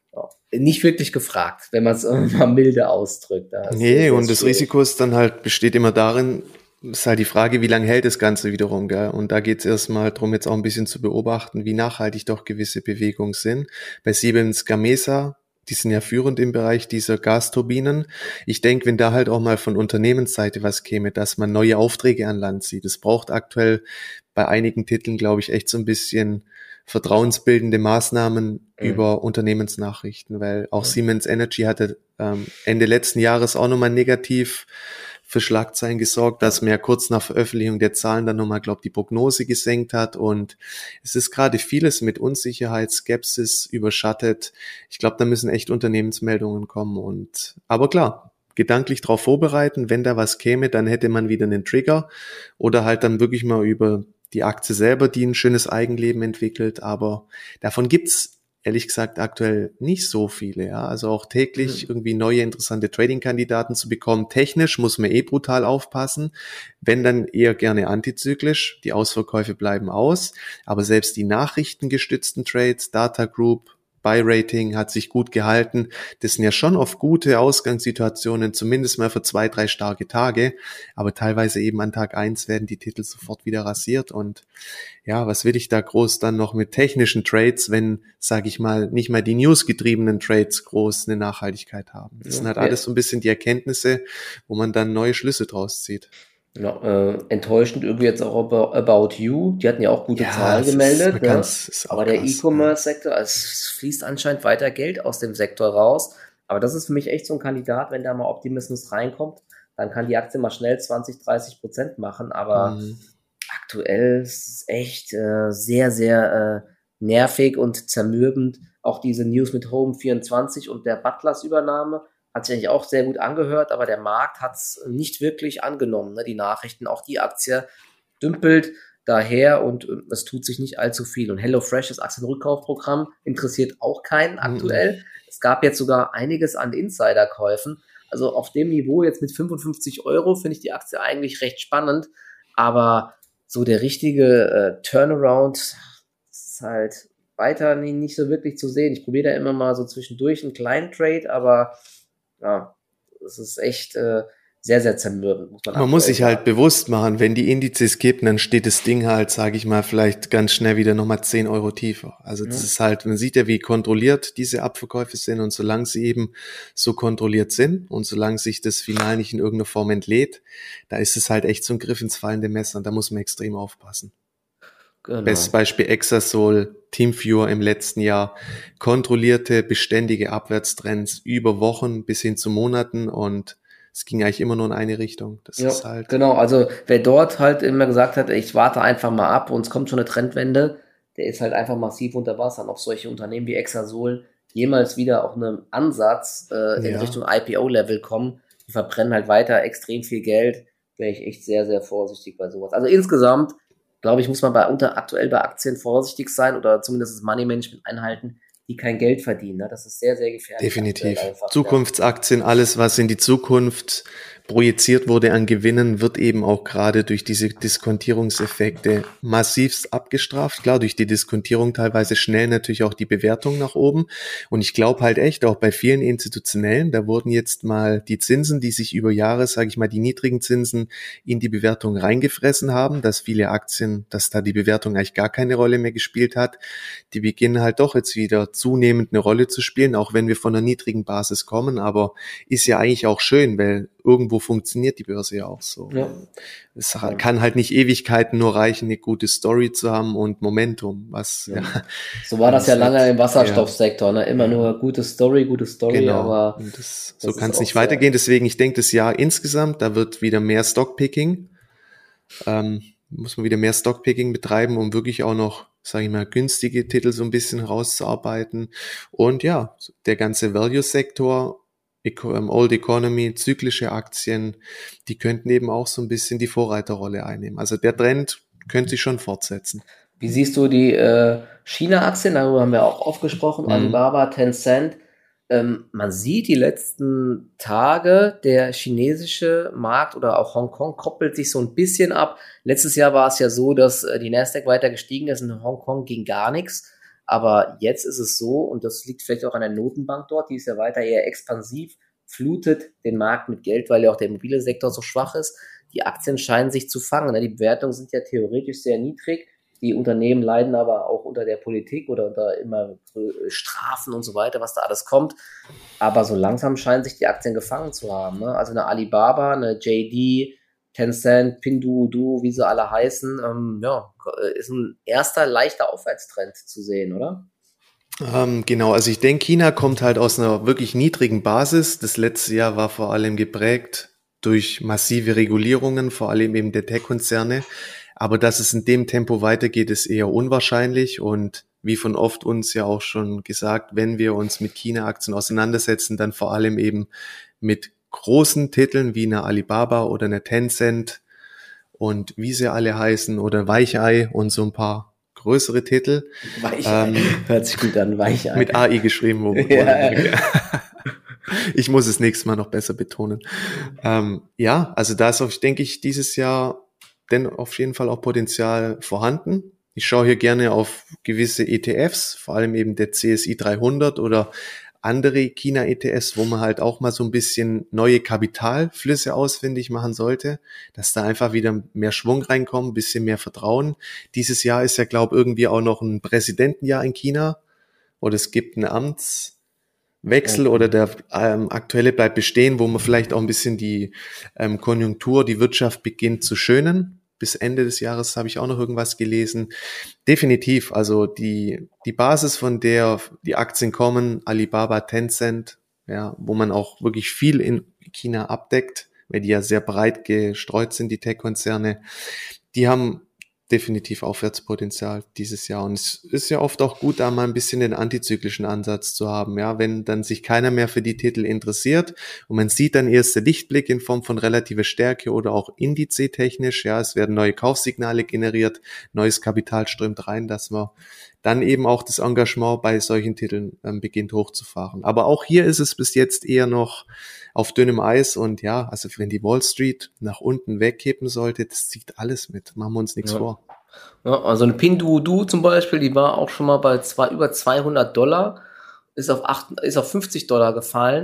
nicht wirklich gefragt, wenn man es mal milde ausdrückt. Nee, und das Risiko ist dann halt, besteht immer darin, ist halt die Frage, wie lange hält das Ganze wiederum, gell? Und da geht es erstmal darum, jetzt auch ein bisschen zu beobachten, wie nachhaltig doch gewisse Bewegungen sind. Bei Siemens Gamesa, die sind ja führend im Bereich dieser Gasturbinen. Ich denke, wenn da halt auch mal von Unternehmensseite was käme, dass man neue Aufträge an Land zieht. Das braucht aktuell bei einigen Titeln, glaube ich, echt so ein bisschen vertrauensbildende Maßnahmen über Unternehmensnachrichten, weil auch Siemens Energy hatte Ende letzten Jahres auch nochmal negativ für Schlagzeilen gesorgt, dass man ja kurz nach Veröffentlichung der Zahlen dann nochmal, glaube ich, die Prognose gesenkt hat und es ist gerade vieles mit Unsicherheit, Skepsis überschattet. Ich glaube, da müssen echt Unternehmensmeldungen kommen aber klar, gedanklich darauf vorbereiten, wenn da was käme, dann hätte man wieder einen Trigger oder halt dann wirklich mal über die Aktie selber, die ein schönes Eigenleben entwickelt, aber davon gibt's ehrlich gesagt aktuell nicht so viele, ja. Also auch täglich irgendwie neue interessante Trading-Kandidaten zu bekommen. Technisch muss man brutal aufpassen. Wenn dann eher gerne antizyklisch. Die Ausverkäufe bleiben aus. Aber selbst die nachrichtengestützten Trades, Data Group, Buy-Rating hat sich gut gehalten. Das sind ja schon oft gute Ausgangssituationen, zumindest mal für 2, 3 starke Tage. Aber teilweise eben an Tag 1 werden die Titel sofort wieder rasiert. Und ja, was will ich da groß dann noch mit technischen Trades, wenn, sage ich mal, nicht mal die newsgetriebenen Trades groß eine Nachhaltigkeit haben. Das sind halt alles so ein bisschen die Erkenntnisse, wo man dann neue Schlüsse draus zieht. Ja, enttäuschend irgendwie jetzt auch About You. Die hatten ja auch gute Zahlen gemeldet. Aber der E-Commerce-Sektor, es fließt anscheinend weiter Geld aus dem Sektor raus. Aber das ist für mich echt so ein Kandidat, wenn da mal Optimismus reinkommt, dann kann die Aktie mal schnell 20-30% machen. Aber aktuell ist es echt sehr, sehr nervig und zermürbend. Auch diese News mit Home24 und der Butlers-Übernahme hat sich eigentlich auch sehr gut angehört, aber der Markt hat es nicht wirklich angenommen, ne? Die Nachrichten, auch die Aktie dümpelt daher und es tut sich nicht allzu viel. Und HelloFresh, das Aktienrückkaufprogramm, interessiert auch keinen aktuell. Es gab jetzt sogar einiges an Insiderkäufen. Also auf dem Niveau jetzt mit 55 Euro finde ich die Aktie eigentlich recht spannend, aber so der richtige Turnaround ist halt weiter nicht so wirklich zu sehen. Ich probiere da immer mal so zwischendurch einen kleinen Trade, aber ja, es ist echt sehr, sehr zermürbend, muss man Man muss aktuell sich halt sagen. bewusst machen, wenn die Indizes kippen, dann steht das Ding halt, sage ich mal, vielleicht ganz schnell wieder nochmal 10 Euro tiefer. Also das Ja. ist halt, man sieht ja, wie kontrolliert diese Abverkäufe sind und solange sie eben so kontrolliert sind und solange sich das Final nicht in irgendeiner Form entlädt, da ist es halt echt so ein Griff ins fallende Messer und da muss man extrem aufpassen. Bestes Genau. Beispiel Exasol, TeamViewer im letzten Jahr, kontrollierte, beständige Abwärtstrends über Wochen bis hin zu Monaten und es ging eigentlich immer nur in eine Richtung. Das Ja, ist halt, genau. Also wer dort halt immer gesagt hat, ich warte einfach mal ab und es kommt schon eine Trendwende, der ist halt einfach massiv unter Wasser. Und ob solche Unternehmen wie Exasol jemals wieder auf einen Ansatz in ja, Richtung IPO-Level kommen, die verbrennen halt weiter extrem viel Geld, wäre ich echt sehr, sehr vorsichtig bei sowas. Also insgesamt, glaube ich, muss man aktuell bei Aktien vorsichtig sein oder zumindest das Money Management einhalten, die kein Geld verdienen. Ne? Das ist sehr, sehr gefährlich aktuell definitiv. einfach, ja. Zukunftsaktien, alles, was in die Zukunft projiziert wurde an Gewinnen, wird eben auch gerade durch diese Diskontierungseffekte massivst abgestraft. Klar, durch die Diskontierung teilweise schnell natürlich auch die Bewertung nach oben. Und ich glaube halt echt, auch bei vielen Institutionellen, da wurden jetzt mal die Zinsen, die sich über Jahre, sage ich mal, die niedrigen Zinsen in die Bewertung reingefressen haben, dass viele Aktien, dass da die Bewertung eigentlich gar keine Rolle mehr gespielt hat, die beginnen halt doch jetzt wieder zunehmend eine Rolle zu spielen, auch wenn wir von einer niedrigen Basis kommen. Aber ist ja eigentlich auch schön, weil irgendwo funktioniert die Börse ja auch so. Ja. Es Ja. kann halt nicht Ewigkeiten nur reichen, eine gute Story zu haben und Momentum, was Ja. ja So war das ja lange seit, im ja, Wasserstoffsektor, ne? Immer ja, nur gute Story, genau. aber Und das, so das kann ist es auch nicht sehr, weitergehen. Deswegen, ich denke, das Jahr insgesamt, da wird wieder mehr Stockpicking, muss man wieder mehr Stockpicking betreiben, um wirklich auch noch, sage ich mal, günstige Titel so ein bisschen herauszuarbeiten. Und ja, der ganze Value-Sektor, Old Economy, zyklische Aktien, die könnten eben auch so ein bisschen die Vorreiterrolle einnehmen. Also der Trend könnte sich schon fortsetzen. Wie siehst du die China-Aktien? Darüber haben wir auch oft gesprochen. Mhm. Alibaba, Tencent. Man sieht die letzten Tage, der chinesische Markt oder auch Hongkong koppelt sich so ein bisschen ab. Letztes Jahr war es ja so, dass die Nasdaq weiter gestiegen ist. In Hongkong ging gar nichts. Aber jetzt ist es so, und das liegt vielleicht auch an der Notenbank dort, die ist ja weiter eher expansiv, flutet den Markt mit Geld, weil ja auch der mobile Sektor so schwach ist. Die Aktien scheinen sich zu fangen. Die Bewertungen sind ja theoretisch sehr niedrig. Die Unternehmen leiden aber auch unter der Politik oder unter immer Strafen und so weiter, was da alles kommt. Aber so langsam scheinen sich die Aktien gefangen zu haben. Ne? Also eine Alibaba, eine JD, Tencent, Pinduoduo, wie sie alle heißen, ist ein erster leichter Aufwärtstrend zu sehen, oder? Genau, also ich denke, China kommt halt aus einer wirklich niedrigen Basis. Das letzte Jahr war vor allem geprägt durch massive Regulierungen, vor allem eben der Tech-Konzerne. Aber dass es in dem Tempo weitergeht, ist eher unwahrscheinlich. Und wie von oft uns ja auch schon gesagt, wenn wir uns mit China-Aktien auseinandersetzen, dann vor allem eben mit großen Titeln wie einer Alibaba oder einer Tencent und wie sie alle heißen oder Weichei und so ein paar größere Titel. Weichei. Ähm, Hört sich gut an, Weichei. mit AI geschrieben, Ja, wohlgemerkt. Ich muss es nächstes Mal noch besser betonen. Ja, also da ist auch, denke ich, dieses Jahr denn auf jeden Fall auch Potenzial vorhanden. Ich schaue hier gerne auf gewisse ETFs, vor allem eben der CSI 300 oder andere China-ETFs, wo man halt auch mal so ein bisschen neue Kapitalflüsse ausfindig machen sollte, dass da einfach wieder mehr Schwung reinkommt, ein bisschen mehr Vertrauen. Dieses Jahr ist ja, glaube ich, irgendwie auch noch ein Präsidentenjahr in China oder es gibt einen Amtswechsel oder okay. der aktuelle bleibt bestehen, wo man vielleicht auch ein bisschen die Konjunktur, die Wirtschaft beginnt zu schönen. Bis Ende des Jahres habe ich auch noch irgendwas gelesen. Definitiv, also die Basis, von der die Aktien kommen, Alibaba, Tencent, ja, wo man auch wirklich viel in China abdeckt, weil die ja sehr breit gestreut sind, die Tech-Konzerne, die haben definitiv Aufwärtspotenzial dieses Jahr. Und es ist ja oft auch gut, da mal ein bisschen den antizyklischen Ansatz zu haben. Ja, wenn dann sich keiner mehr für die Titel interessiert und man sieht dann erste Lichtblick in Form von relativer Stärke oder auch indizetechnisch. Ja, es werden neue Kaufsignale generiert, neues Kapital strömt rein, dass man dann eben auch das Engagement bei solchen Titeln beginnt hochzufahren. Aber auch hier ist es bis jetzt eher noch auf dünnem Eis und ja, also wenn die Wall Street nach unten wegkippen sollte, das zieht alles mit. Machen wir uns nichts Ja. vor. Ja, also eine Pinduoduo zum Beispiel, die war auch schon mal bei über $200, ist auf $50 gefallen.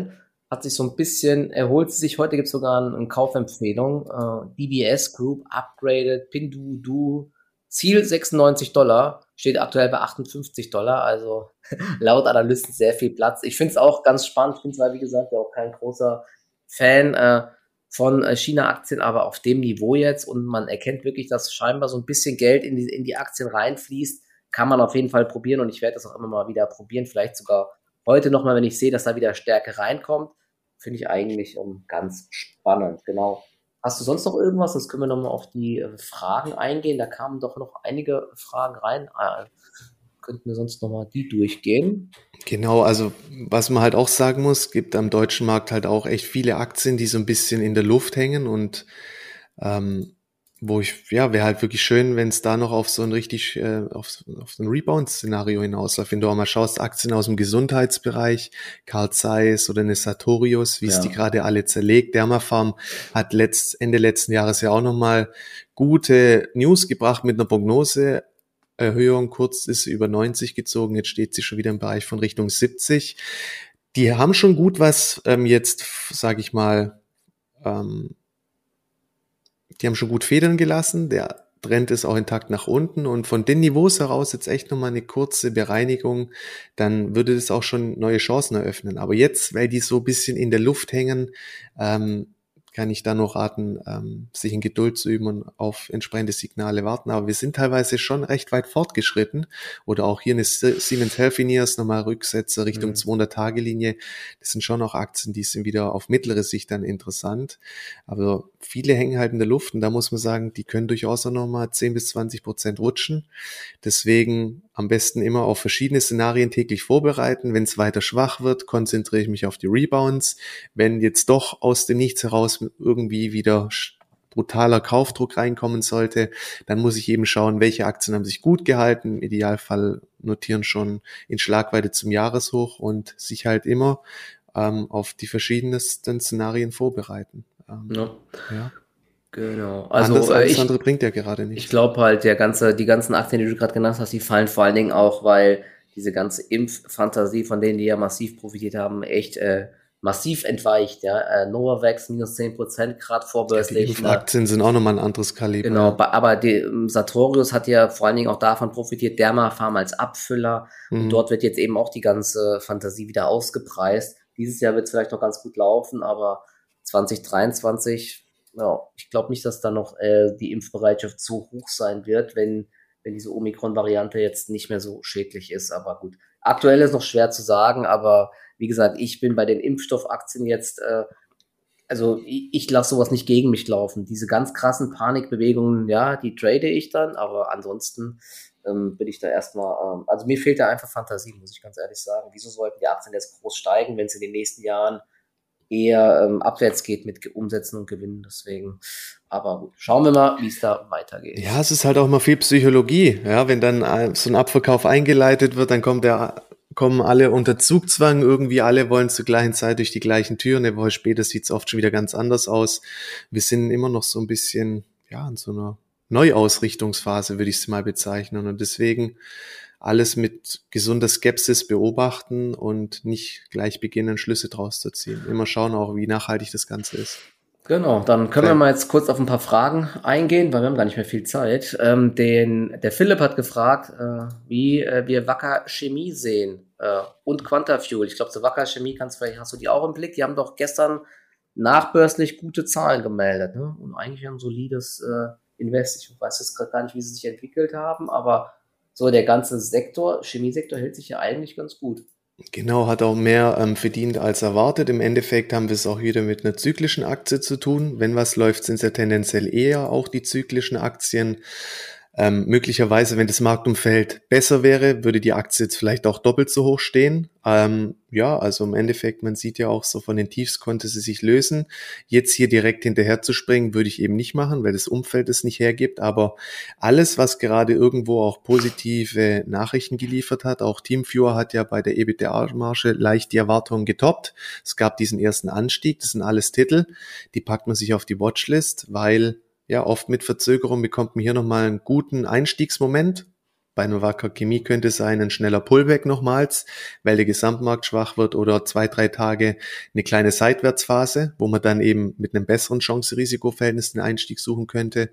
hat sich so ein bisschen, erholt sich. Heute gibt es sogar eine Kaufempfehlung. DBS Group upgraded, Pinduoduo, Ziel $96, steht aktuell bei $58. Also laut Analysten sehr viel Platz. Ich finde es auch ganz spannend. Ich bin zwar, wie gesagt, ja auch kein großer Fan von China-Aktien, aber auf dem Niveau jetzt, und man erkennt wirklich, dass scheinbar so ein bisschen Geld in die Aktien reinfließt, kann man auf jeden Fall probieren, und ich werde das auch immer mal wieder probieren, vielleicht sogar heute nochmal, wenn ich sehe, dass da wieder Stärke reinkommt. Finde ich eigentlich ganz spannend, genau. Hast du sonst noch irgendwas? Sonst können wir nochmal auf die Fragen eingehen. Da kamen doch noch einige Fragen rein. Könnten wir sonst nochmal die durchgehen? Genau, also was man halt auch sagen muss, gibt am deutschen Markt halt auch echt viele Aktien, die so ein bisschen in der Luft hängen und ähm, wäre halt wirklich schön, wenn es da noch auf so ein richtig, auf so ein Rebound-Szenario hinausläuft. Wenn du auch mal schaust, Aktien aus dem Gesundheitsbereich, Carl Zeiss oder eine Sartorius, wie es die gerade alle zerlegt. Dermafarm hat Ende letzten Jahres ja auch nochmal gute News gebracht mit einer Prognoseerhöhung. Kurz ist sie über 90 gezogen, jetzt steht sie schon wieder im Bereich von Richtung 70. Die haben schon gut was jetzt, sage ich mal, die haben schon gut Federn gelassen, der Trend ist auch intakt nach unten, und von den Niveaus heraus jetzt echt nochmal eine kurze Bereinigung, dann würde das auch schon neue Chancen eröffnen. Aber jetzt, weil die so ein bisschen in der Luft hängen, kann ich da nur raten, sich in Geduld zu üben und auf entsprechende Signale warten. Aber wir sind teilweise schon recht weit fortgeschritten. Oder auch hier eine Siemens Healthineers, nochmal Rücksätze Richtung 200-Tage-Linie. Das sind schon auch Aktien, die sind wieder auf mittlere Sicht dann interessant. Aber viele hängen halt in der Luft, und da muss man sagen, die können durchaus auch nochmal 10-20% rutschen. Deswegen am besten immer auf verschiedene Szenarien täglich vorbereiten. Wenn es weiter schwach wird, konzentriere ich mich auf die Rebounds. Wenn jetzt doch aus dem Nichts heraus irgendwie wieder brutaler Kaufdruck reinkommen sollte, dann muss ich eben schauen, welche Aktien haben sich gut gehalten. Im Idealfall notieren schon in Schlagweite zum Jahreshoch und sich halt immer auf die verschiedensten Szenarien vorbereiten. Ja. Genau. Also alles andere bringt ja gerade nichts. Ich glaube halt, die ganzen Aktien, die du gerade genannt hast, die fallen vor allen Dingen auch, weil diese ganze Impffantasie, von denen die ja massiv profitiert haben, echt massiv entweicht. Ja, Novavax minus 10% gerade vorbörslich. Die Impfaktien sind auch nochmal ein anderes Kaliber. Genau, aber die Sartorius hat ja vor allen Dingen auch davon profitiert, Dermafarm als Abfüller. Und dort wird jetzt eben auch die ganze Fantasie wieder ausgepreist. Dieses Jahr wird es vielleicht noch ganz gut laufen, aber 2023, ja, ich glaube nicht, dass da noch die Impfbereitschaft so hoch sein wird, wenn diese Omikron-Variante jetzt nicht mehr so schädlich ist. Aber gut, aktuell ist noch schwer zu sagen, aber wie gesagt, ich bin bei den Impfstoffaktien jetzt, also ich lasse sowas nicht gegen mich laufen. Diese ganz krassen Panikbewegungen, ja, die trade ich dann, aber ansonsten bin ich da erstmal, also mir fehlt da einfach Fantasie, muss ich ganz ehrlich sagen. Wieso sollten die Aktien jetzt groß steigen, wenn es in den nächsten Jahren eher abwärts geht mit Umsätzen und Gewinnen? Deswegen, aber gut, schauen wir mal, wie es da weitergeht. Ja, es ist halt auch mal viel Psychologie. Ja, wenn dann so ein Abverkauf eingeleitet wird, dann kommen alle unter Zugzwang, irgendwie alle wollen zur gleichen Zeit durch die gleichen Türen. Eine Woche später sieht es oft schon wieder ganz anders aus. Wir sind immer noch so ein bisschen, ja, in so einer Neuausrichtungsphase, würde ich es mal bezeichnen. Und deswegen alles mit gesunder Skepsis beobachten und nicht gleich beginnen, Schlüsse draus zu ziehen. Immer schauen auch, wie nachhaltig das Ganze ist. Genau, dann können wir mal jetzt kurz auf ein paar Fragen eingehen, weil wir haben gar nicht mehr viel Zeit. Der Philipp hat gefragt, wie wir Wacker Chemie sehen und Quantafuel. Ich glaube, so Wacker Chemie hast du die auch im Blick. Die haben doch gestern nachbörslich gute Zahlen gemeldet, ne? Und eigentlich ein solides Invest. Ich weiß jetzt gerade gar nicht, wie sie sich entwickelt haben, aber so der ganze Sektor, Chemiesektor, hält sich ja eigentlich ganz gut. Genau, hat auch mehr verdient als erwartet. Im Endeffekt haben wir es auch wieder mit einer zyklischen Aktie zu tun. Wenn was läuft, sind es ja tendenziell eher auch die zyklischen Aktien. Möglicherweise, wenn das Marktumfeld besser wäre, würde die Aktie jetzt vielleicht auch doppelt so hoch stehen. Ja, also im Endeffekt, man sieht ja auch so, von den Tiefs konnte sie sich lösen. Jetzt hier direkt hinterher zu springen, würde ich eben nicht machen, weil das Umfeld es nicht hergibt. Aber alles, was gerade irgendwo auch positive Nachrichten geliefert hat, auch Teamviewer hat ja bei der EBITDA-Marge leicht die Erwartungen getoppt. Es gab diesen ersten Anstieg, das sind alles Titel, die packt man sich auf die Watchlist, weil ja, oft mit Verzögerung bekommt man hier nochmal einen guten Einstiegsmoment. Bei einer Wacker Chemie könnte es sein, ein schneller Pullback nochmals, weil der Gesamtmarkt schwach wird oder 2-3 Tage eine kleine Seitwärtsphase, wo man dann eben mit einem besseren Chance-Risiko-Verhältnis den Einstieg suchen könnte.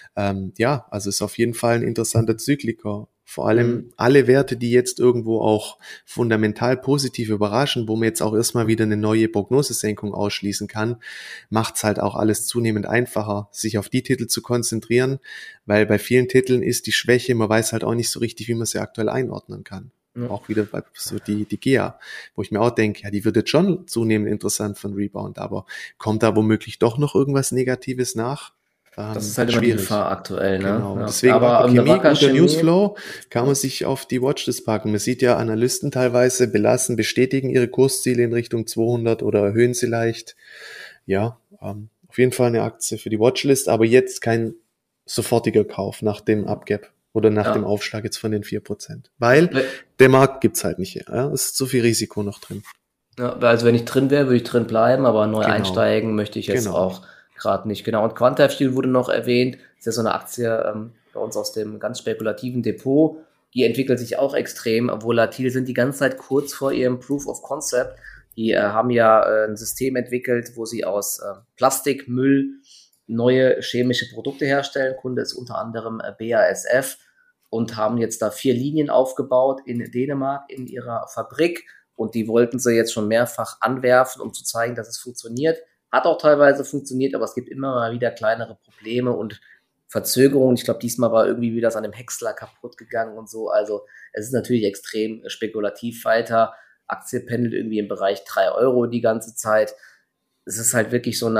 Also ist auf jeden Fall ein interessanter Zykliker. Vor allem alle Werte, die jetzt irgendwo auch fundamental positiv überraschen, wo man jetzt auch erstmal wieder eine neue Prognosesenkung ausschließen kann, macht es halt auch alles zunehmend einfacher, sich auf die Titel zu konzentrieren, weil bei vielen Titeln ist die Schwäche, man weiß halt auch nicht so richtig, wie man sie aktuell einordnen kann. Ja. Auch wieder bei so die GEA, wo ich mir auch denke, ja, die wird jetzt schon zunehmend interessant von Rebound, aber kommt da womöglich doch noch irgendwas Negatives nach? Das ist halt immer die Gefahr aktuell, ne? Genau. Ja. Deswegen aber guter Newsflow kann man sich auf die Watchlist packen. Man sieht ja, Analysten teilweise bestätigen ihre Kursziele in Richtung 200 oder erhöhen sie leicht. Ja, auf jeden Fall eine Aktie für die Watchlist, aber jetzt kein sofortiger Kauf nach dem Upgap oder nach dem Aufschlag jetzt von den 4%. Weil der Markt gibt's halt nicht. Ja? Es ist zu viel Risiko noch drin. Ja, also wenn ich drin wäre, würde ich drin bleiben, aber neu einsteigen möchte ich jetzt auch gerade nicht. Genau, und Quantafuel wurde noch erwähnt, ist ja so eine Aktie bei uns aus dem ganz spekulativen Depot, die entwickelt sich auch extrem volatil, sind die ganze Zeit kurz vor ihrem Proof of Concept. Die haben ja ein System entwickelt, wo sie aus Plastikmüll neue chemische Produkte herstellen. Kunde ist unter anderem BASF und haben jetzt da 4 Linien aufgebaut in Dänemark in ihrer Fabrik und die wollten sie jetzt schon mehrfach anwerfen, um zu zeigen, dass es funktioniert. Hat auch teilweise funktioniert, aber es gibt immer mal wieder kleinere Probleme und Verzögerungen. Ich glaube, diesmal war irgendwie wieder das an dem Häcksler kaputt gegangen und so. Also es ist natürlich extrem spekulativ weiter. Aktie pendelt irgendwie im Bereich 3 Euro die ganze Zeit. Es ist halt wirklich so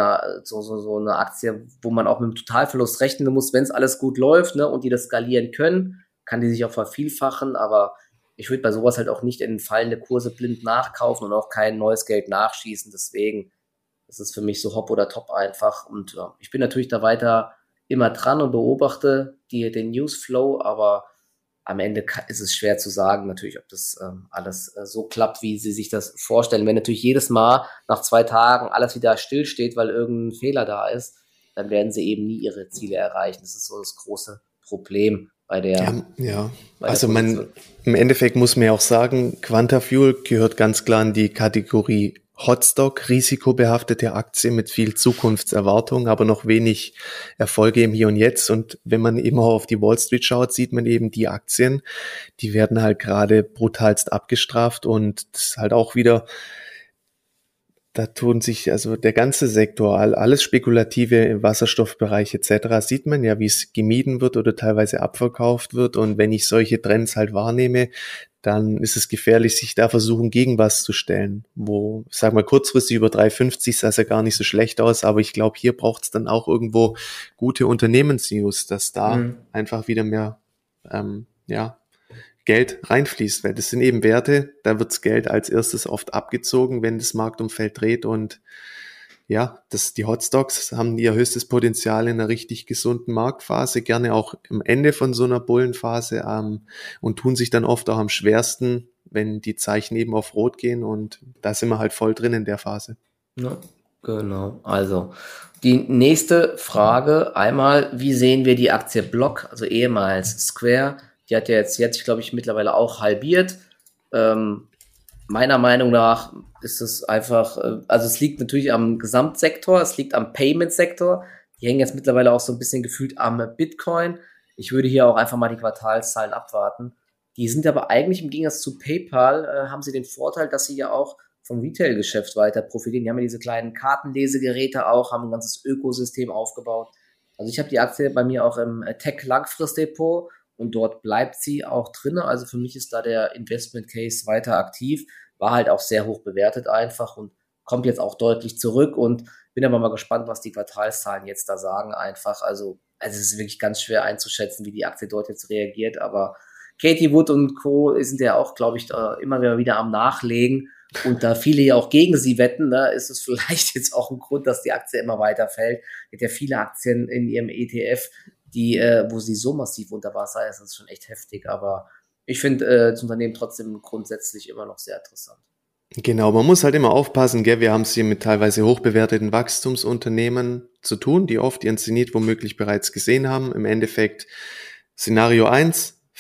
eine Aktie, wo man auch mit einem Totalverlust rechnen muss, wenn es alles gut läuft, ne, und die das skalieren können, kann die sich auch vervielfachen, aber ich würde bei sowas halt auch nicht in fallende Kurse blind nachkaufen und auch kein neues Geld nachschießen. Deswegen das ist für mich so Hop oder Top einfach. Und ich bin natürlich da weiter immer dran und beobachte den Newsflow, aber am Ende ist es schwer zu sagen, natürlich, ob das alles so klappt, wie sie sich das vorstellen. Wenn natürlich jedes Mal nach 2 Tagen alles wieder stillsteht, weil irgendein Fehler da ist, dann werden sie eben nie ihre Ziele erreichen. Das ist so das große Problem bei der. Also im Endeffekt muss man ja auch sagen, Quantafuel gehört ganz klar in die Kategorie Hotstock, risikobehaftete Aktie mit viel Zukunftserwartung, aber noch wenig Erfolge im Hier und Jetzt. Und wenn man eben auch auf die Wall Street schaut, sieht man eben die Aktien, die werden halt gerade brutalst abgestraft und das ist halt auch wieder, da tun sich also der ganze Sektor, alles Spekulative im Wasserstoffbereich etc. sieht man ja, wie es gemieden wird oder teilweise abverkauft wird. Und wenn ich solche Trends halt wahrnehme, dann ist es gefährlich, sich da versuchen, gegen was zu stellen. Wo, sag mal, kurzfristig über 3,50 sah es ja gar nicht so schlecht aus, aber ich glaube, hier braucht es dann auch irgendwo gute Unternehmensnews, dass da einfach wieder mehr Geld reinfließt, weil das sind eben Werte, da wirds Geld als erstes oft abgezogen, wenn das Marktumfeld dreht und die Hotstocks haben ihr höchstes Potenzial in einer richtig gesunden Marktphase, gerne auch am Ende von so einer Bullenphase und tun sich dann oft auch am schwersten, wenn die Zeichen eben auf Rot gehen und da sind wir halt voll drin in der Phase. Ja, genau. Also die nächste Frage, einmal, wie sehen wir die Aktie Block, also ehemals Square? Die hat ja jetzt glaube ich, mittlerweile auch halbiert. Meiner Meinung nach ist es einfach, also es liegt natürlich am Gesamtsektor, es liegt am Payment-Sektor. Die hängen jetzt mittlerweile auch so ein bisschen gefühlt am Bitcoin. Ich würde hier auch einfach mal die Quartalszahlen abwarten. Die sind aber eigentlich im Gegensatz zu PayPal, haben sie den Vorteil, dass sie ja auch vom Retail-Geschäft weiter profitieren. Die haben ja diese kleinen Kartenlesegeräte auch, haben ein ganzes Ökosystem aufgebaut. Also ich habe die Aktie bei mir auch im Tech-Langfrist-Depot und dort bleibt sie auch drin. Also für mich ist da der Investment Case weiter aktiv. War halt auch sehr hoch bewertet einfach und kommt jetzt auch deutlich zurück und bin aber mal gespannt, was die Quartalszahlen jetzt da sagen einfach. Also es ist wirklich ganz schwer einzuschätzen, wie die Aktie dort jetzt reagiert, aber Katie Wood und Co. sind ja auch, glaube ich, da immer wieder am Nachlegen und da viele ja auch gegen sie wetten, ne, ist es vielleicht jetzt auch ein Grund, dass die Aktie immer weiter fällt. Es gibt ja viele Aktien in ihrem ETF, wo sie so massiv unter Wasser ist, das ist schon echt heftig, aber ich finde das Unternehmen trotzdem grundsätzlich immer noch sehr interessant. Genau, man muss halt immer aufpassen, gell? Wir haben es hier mit teilweise hochbewerteten Wachstumsunternehmen zu tun, die oft ihren Zenit womöglich bereits gesehen haben. Im Endeffekt Szenario 1,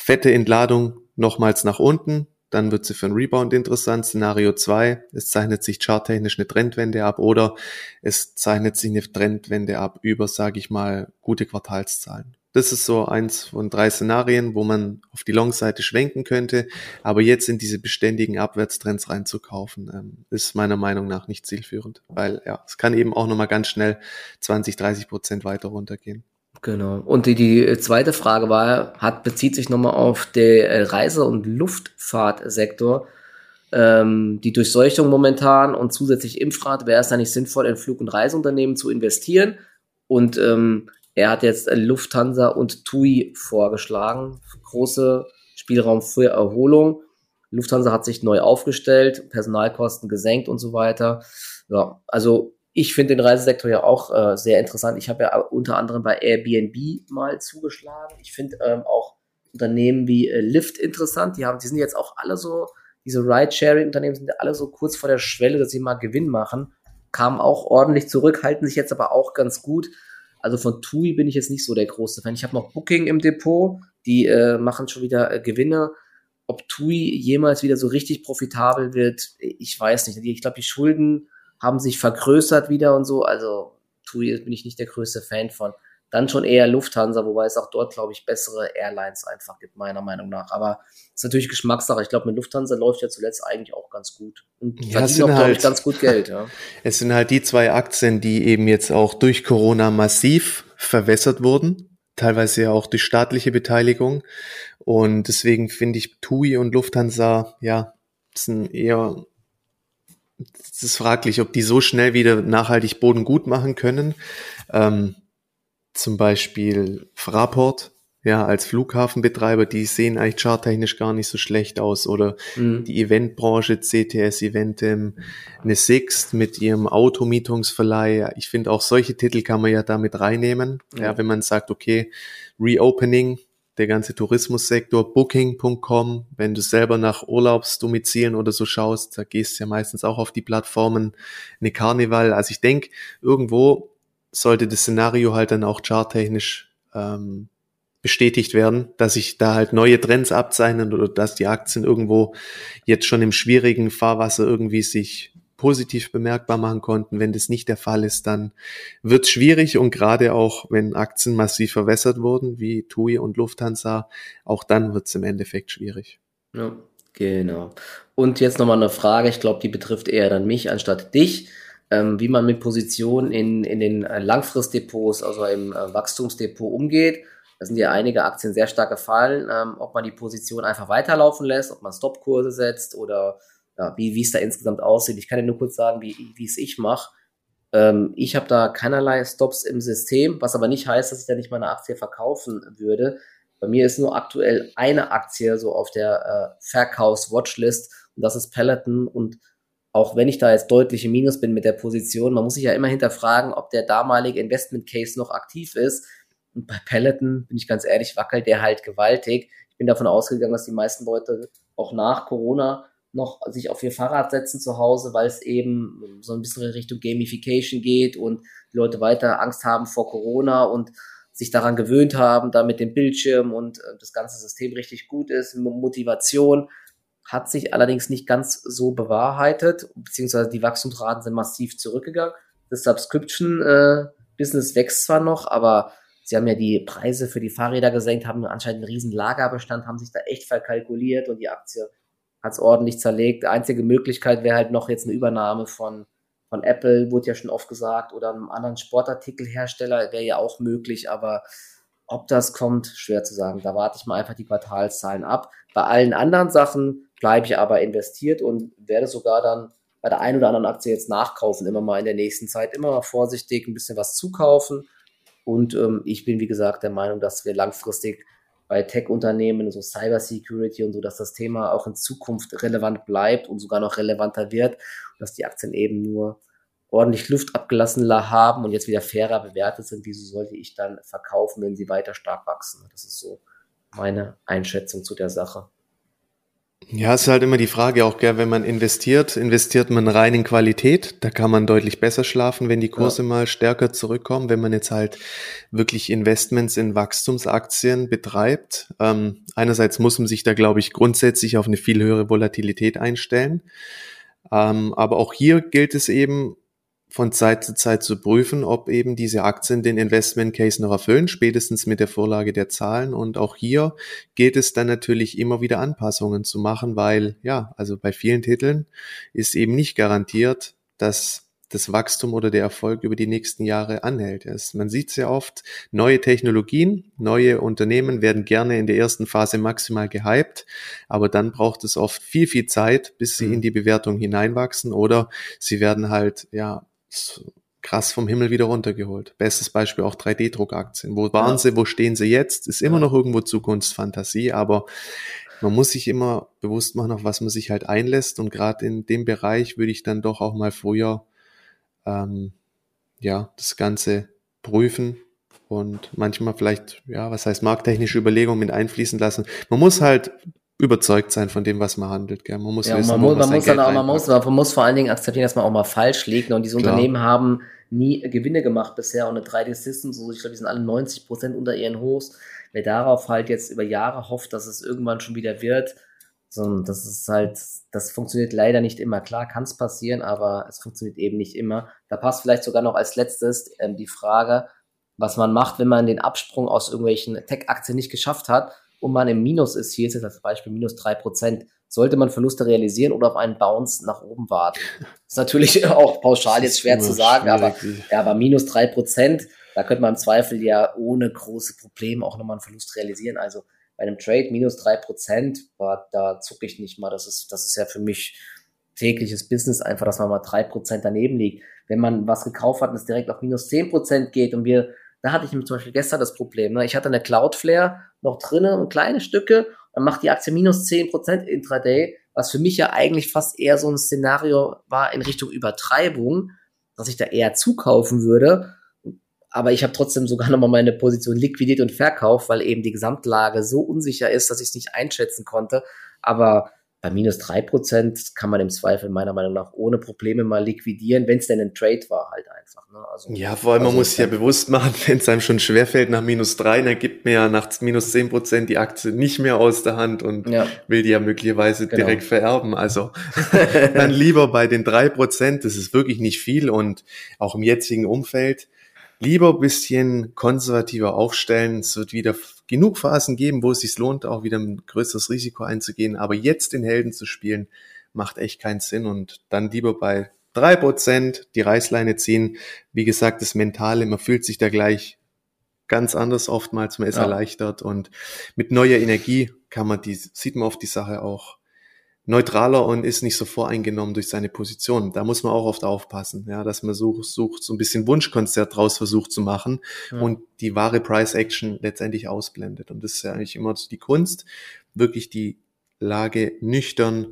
fette Entladung nochmals nach unten, dann wird sie für einen Rebound interessant. Szenario 2, es zeichnet sich charttechnisch eine Trendwende ab oder es zeichnet sich eine Trendwende ab über, sage ich mal, gute Quartalszahlen. Das ist so eins von 3 Szenarien, wo man auf die Long-Seite schwenken könnte. Aber jetzt in diese beständigen Abwärtstrends reinzukaufen, ist meiner Meinung nach nicht zielführend. Weil ja, es kann eben auch nochmal ganz schnell 20-30% weiter runtergehen. Genau. Und die zweite Frage bezieht sich nochmal auf den Reise- und Luftfahrtsektor. Die Durchseuchung momentan und zusätzlich Impfrate, wäre es da nicht sinnvoll, in Flug- und Reiseunternehmen zu investieren? Und er hat jetzt Lufthansa und TUI vorgeschlagen. Große Spielraum für Erholung. Lufthansa hat sich neu aufgestellt, Personalkosten gesenkt und so weiter. Ja, also ich finde den Reisesektor ja auch sehr interessant. Ich habe ja unter anderem bei Airbnb mal zugeschlagen. Ich finde auch Unternehmen wie Lyft interessant. Die sind jetzt auch alle so, diese Ride-Sharing-Unternehmen sind ja alle so kurz vor der Schwelle, dass sie mal Gewinn machen. Kamen auch ordentlich zurück, halten sich jetzt aber auch ganz gut. Also von TUI bin ich jetzt nicht so der große Fan. Ich habe noch Booking im Depot, die machen schon wieder Gewinne. Ob TUI jemals wieder so richtig profitabel wird, ich weiß nicht. Ich glaube, die Schulden haben sich vergrößert wieder und so. Also TUI bin ich nicht der größte Fan von. Dann schon eher Lufthansa, wobei es auch dort, glaube ich, bessere Airlines einfach gibt, meiner Meinung nach. Aber es ist natürlich Geschmackssache. Ich glaube, mit Lufthansa läuft ja zuletzt eigentlich auch ganz gut. Und Ja, verdienen auch, glaube ich, ganz gut Geld. Ja. Es sind halt die 2 Aktien, die eben jetzt auch durch Corona massiv verwässert wurden. Teilweise ja auch durch staatliche Beteiligung. Und deswegen finde ich TUI und Lufthansa, ja, sind eher, es ist fraglich, ob die so schnell wieder nachhaltig Boden gut machen können. Zum Beispiel Fraport, ja, als Flughafenbetreiber, die sehen eigentlich charttechnisch gar nicht so schlecht aus. Oder die Eventbranche, CTS Eventim, eine Sixt mit ihrem Automietungsverleih. Ich finde, auch solche Titel kann man ja damit reinnehmen. Ja, wenn man sagt, okay, Reopening, der ganze Tourismussektor, Booking.com, wenn du selber nach Urlaubsdomizilen oder so schaust, da gehst du ja meistens auch auf die Plattformen, eine Carnival. Also ich denke, irgendwo sollte das Szenario halt dann auch charttechnisch bestätigt werden, dass sich da halt neue Trends abzeichnen oder dass die Aktien irgendwo jetzt schon im schwierigen Fahrwasser irgendwie sich positiv bemerkbar machen konnten. Wenn das nicht der Fall ist, dann wird es schwierig und gerade auch, wenn Aktien massiv verwässert wurden, wie TUI und Lufthansa, auch dann wird es im Endeffekt schwierig. Ja, genau. Und jetzt nochmal eine Frage, ich glaube, die betrifft eher dann mich anstatt dich, wie man mit Positionen in den Langfristdepots, also im Wachstumsdepot umgeht. Da sind ja einige Aktien sehr stark gefallen, ob man die Position einfach weiterlaufen lässt, ob man Stopkurse setzt oder ja, wie es da insgesamt aussieht. Ich kann dir nur kurz sagen, wie es ich mache. Ich habe da keinerlei Stops im System, was aber nicht heißt, dass ich da nicht meine Aktie verkaufen würde. Bei mir ist nur aktuell eine Aktie so auf der Verkaufs-Watchlist und das ist Peloton. Und auch wenn ich da jetzt deutlich im Minus bin mit der Position, man muss sich ja immer hinterfragen, ob der damalige Investment Case noch aktiv ist. Und bei Peloton, bin ich ganz ehrlich, wackelt der halt gewaltig. Ich bin davon ausgegangen, dass die meisten Leute auch nach Corona noch sich auf ihr Fahrrad setzen zu Hause, weil es eben so ein bisschen in Richtung Gamification geht und die Leute weiter Angst haben vor Corona und sich daran gewöhnt haben, da mit dem Bildschirm und das ganze System richtig gut ist. Motivation hat sich allerdings nicht ganz so bewahrheitet, beziehungsweise die Wachstumsraten sind massiv zurückgegangen. Das Subscription-Business wächst zwar noch, aber sie haben ja die Preise für die Fahrräder gesenkt, haben anscheinend einen riesen Lagerbestand, haben sich da echt verkalkuliert und die Aktie hat es ordentlich zerlegt. Die einzige Möglichkeit wäre halt noch jetzt eine Übernahme von Apple, wurde ja schon oft gesagt, oder einem anderen Sportartikelhersteller wäre ja auch möglich, aber ob das kommt, schwer zu sagen. Da warte ich mal einfach die Quartalszahlen ab. Bei allen anderen Sachen bleibe ich aber investiert und werde sogar dann bei der einen oder anderen Aktie jetzt nachkaufen, immer mal in der nächsten Zeit, immer mal vorsichtig ein bisschen was zukaufen. Und ich bin, wie gesagt, der Meinung, dass wir langfristig bei Tech-Unternehmen, so Cybersecurity und so, dass das Thema auch in Zukunft relevant bleibt und sogar noch relevanter wird, dass die Aktien eben nur ordentlich Luft abgelassen haben und jetzt wieder fairer bewertet sind. Wieso sollte ich dann verkaufen, wenn sie weiter stark wachsen? Das ist so meine Einschätzung zu der Sache. Ja, es ist halt immer die Frage auch, gell, wenn man investiert man rein in Qualität. Da kann man deutlich besser schlafen, wenn die Kurse Ja, mal stärker zurückkommen. Wenn man jetzt halt wirklich Investments in Wachstumsaktien betreibt. Einerseits muss man sich da, glaube ich, grundsätzlich auf eine viel höhere Volatilität einstellen. Aber auch hier gilt es eben, von Zeit zu Zeit zu prüfen, ob eben diese Aktien den Investment Case noch erfüllen, spätestens mit der Vorlage der Zahlen. Und auch hier gilt es dann natürlich immer wieder Anpassungen zu machen, weil ja, also bei vielen Titeln ist eben nicht garantiert, dass das Wachstum oder der Erfolg über die nächsten Jahre anhält. Man sieht es ja oft, neue Technologien, neue Unternehmen werden gerne in der ersten Phase maximal gehypt, aber dann braucht es oft viel, viel Zeit, bis sie in die Bewertung hineinwachsen oder sie werden halt, ja, krass vom Himmel wieder runtergeholt. Bestes Beispiel auch 3D-Druckaktien. Wo waren ja, sie, wo stehen sie jetzt? Ist immer ja. noch irgendwo Zukunftsfantasie, aber man muss sich immer bewusst machen, auf was man sich halt einlässt und gerade in dem Bereich würde ich dann doch auch mal früher ähm, ja, das Ganze prüfen und manchmal vielleicht, ja, was heißt markttechnische Überlegungen mit einfließen lassen. Man muss halt überzeugt sein von dem, was man handelt, gell? Man muss Ja, und wissen, wo man man sein muss dann Geld auch, reinpackt. man muss vor allen Dingen akzeptieren, dass man auch mal falsch liegt. Und diese Klar. Unternehmen haben nie Gewinne gemacht bisher. Und eine 3D Systems, so, ich glaube, die sind alle 90% unter ihren Hochs. Wer darauf halt jetzt über Jahre hofft, dass es irgendwann schon wieder wird, so, das ist halt, das funktioniert leider nicht immer. Klar kann es passieren, aber es funktioniert eben nicht immer. Da passt vielleicht sogar noch als letztes die Frage, was man macht, wenn man den Absprung aus irgendwelchen Tech-Aktien nicht geschafft hat und man im Minus ist. Hier ist jetzt als Beispiel minus 3%. Sollte man Verluste realisieren oder auf einen Bounce nach oben warten? Ist natürlich auch Das pauschal jetzt ist schwer zu immer sagen, aber, schwierig. ja, aber minus 3%, da könnte man im Zweifel ja ohne große Probleme auch nochmal einen Verlust realisieren. Also bei einem Trade minus 3%, da zucke ich nicht mal. Das ist ja für mich tägliches Business einfach, dass man mal 3% daneben liegt. Wenn man was gekauft hat und es direkt auf minus 10% geht und da hatte ich zum Beispiel gestern das Problem, ne? Ich hatte eine Cloudflare noch drinnen und kleine Stücke, dann macht die Aktie minus 10% intraday, was für mich ja eigentlich fast eher so ein Szenario war in Richtung Übertreibung, dass ich da eher zukaufen würde. Aber ich habe trotzdem sogar nochmal meine Position liquidiert und verkauft, weil eben die Gesamtlage so unsicher ist, dass ich es nicht einschätzen konnte. Aber bei minus 3% kann man im Zweifel meiner Meinung nach ohne Probleme mal liquidieren, wenn es denn ein Trade war, halt einfach. Ne? Ja, vor allem, man Also muss sich ja bewusst machen, wenn es einem schon schwerfällt nach minus 3, dann gibt mir ja nach minus 10% die Aktie nicht mehr aus der Hand und ja, will die ja möglicherweise direkt genau. vererben. Also dann lieber bei den 3%, das ist wirklich nicht viel und auch im jetzigen Umfeld lieber ein bisschen konservativer aufstellen. Es wird wieder genug Phasen geben, wo es sich lohnt, auch wieder ein größeres Risiko einzugehen. Aber jetzt den Helden zu spielen, macht echt keinen Sinn. Und dann lieber bei 3% die Reißleine ziehen. Wie gesagt, das Mentale, man fühlt sich da gleich ganz anders oftmals, man ist Ja, erleichtert und mit neuer Energie sieht man oft die Sache auch neutraler und ist nicht so voreingenommen durch seine Position. Da muss man auch oft aufpassen, ja, dass man sucht so ein bisschen Wunschkonzert draus versucht zu machen ja. und die wahre Price Action letztendlich ausblendet. Und das ist ja eigentlich immer so die Kunst, wirklich die Lage nüchtern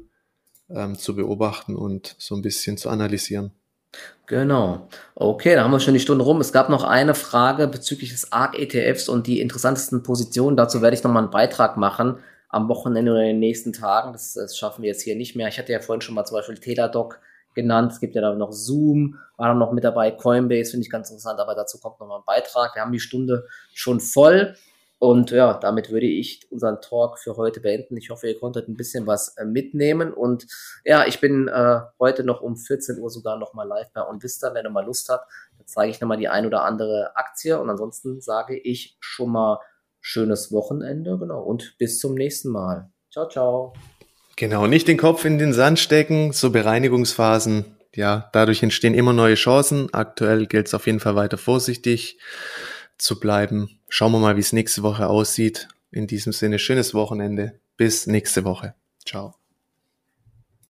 zu beobachten und so ein bisschen zu analysieren. Genau. Okay, da haben wir schon die Stunde rum. Es gab noch eine Frage bezüglich des ARK-ETFs und die interessantesten Positionen. Dazu werde ich nochmal einen Beitrag machen am Wochenende oder in den nächsten Tagen. Das schaffen wir jetzt hier nicht mehr. Ich hatte ja vorhin schon mal zum Beispiel Teladoc genannt. Es gibt ja da noch Zoom, war dann noch mit dabei. Coinbase finde ich ganz interessant, aber dazu kommt nochmal ein Beitrag. Wir haben die Stunde schon voll. Und ja, damit würde ich unseren Talk für heute beenden. Ich hoffe, ihr konntet ein bisschen was mitnehmen. Und ja, ich bin heute noch um 14 Uhr sogar noch mal live bei OnVista. Wenn ihr mal Lust habt, dann zeige ich nochmal die ein oder andere Aktie. Und ansonsten sage ich schon mal schönes Wochenende. Genau. Und bis zum nächsten Mal. Ciao, ciao. Genau, nicht den Kopf in den Sand stecken, so Bereinigungsphasen, ja, dadurch entstehen immer neue Chancen. Aktuell gilt es auf jeden Fall weiter vorsichtig zu bleiben. Schauen wir mal, wie es nächste Woche aussieht. In diesem Sinne, schönes Wochenende. Bis nächste Woche. Ciao.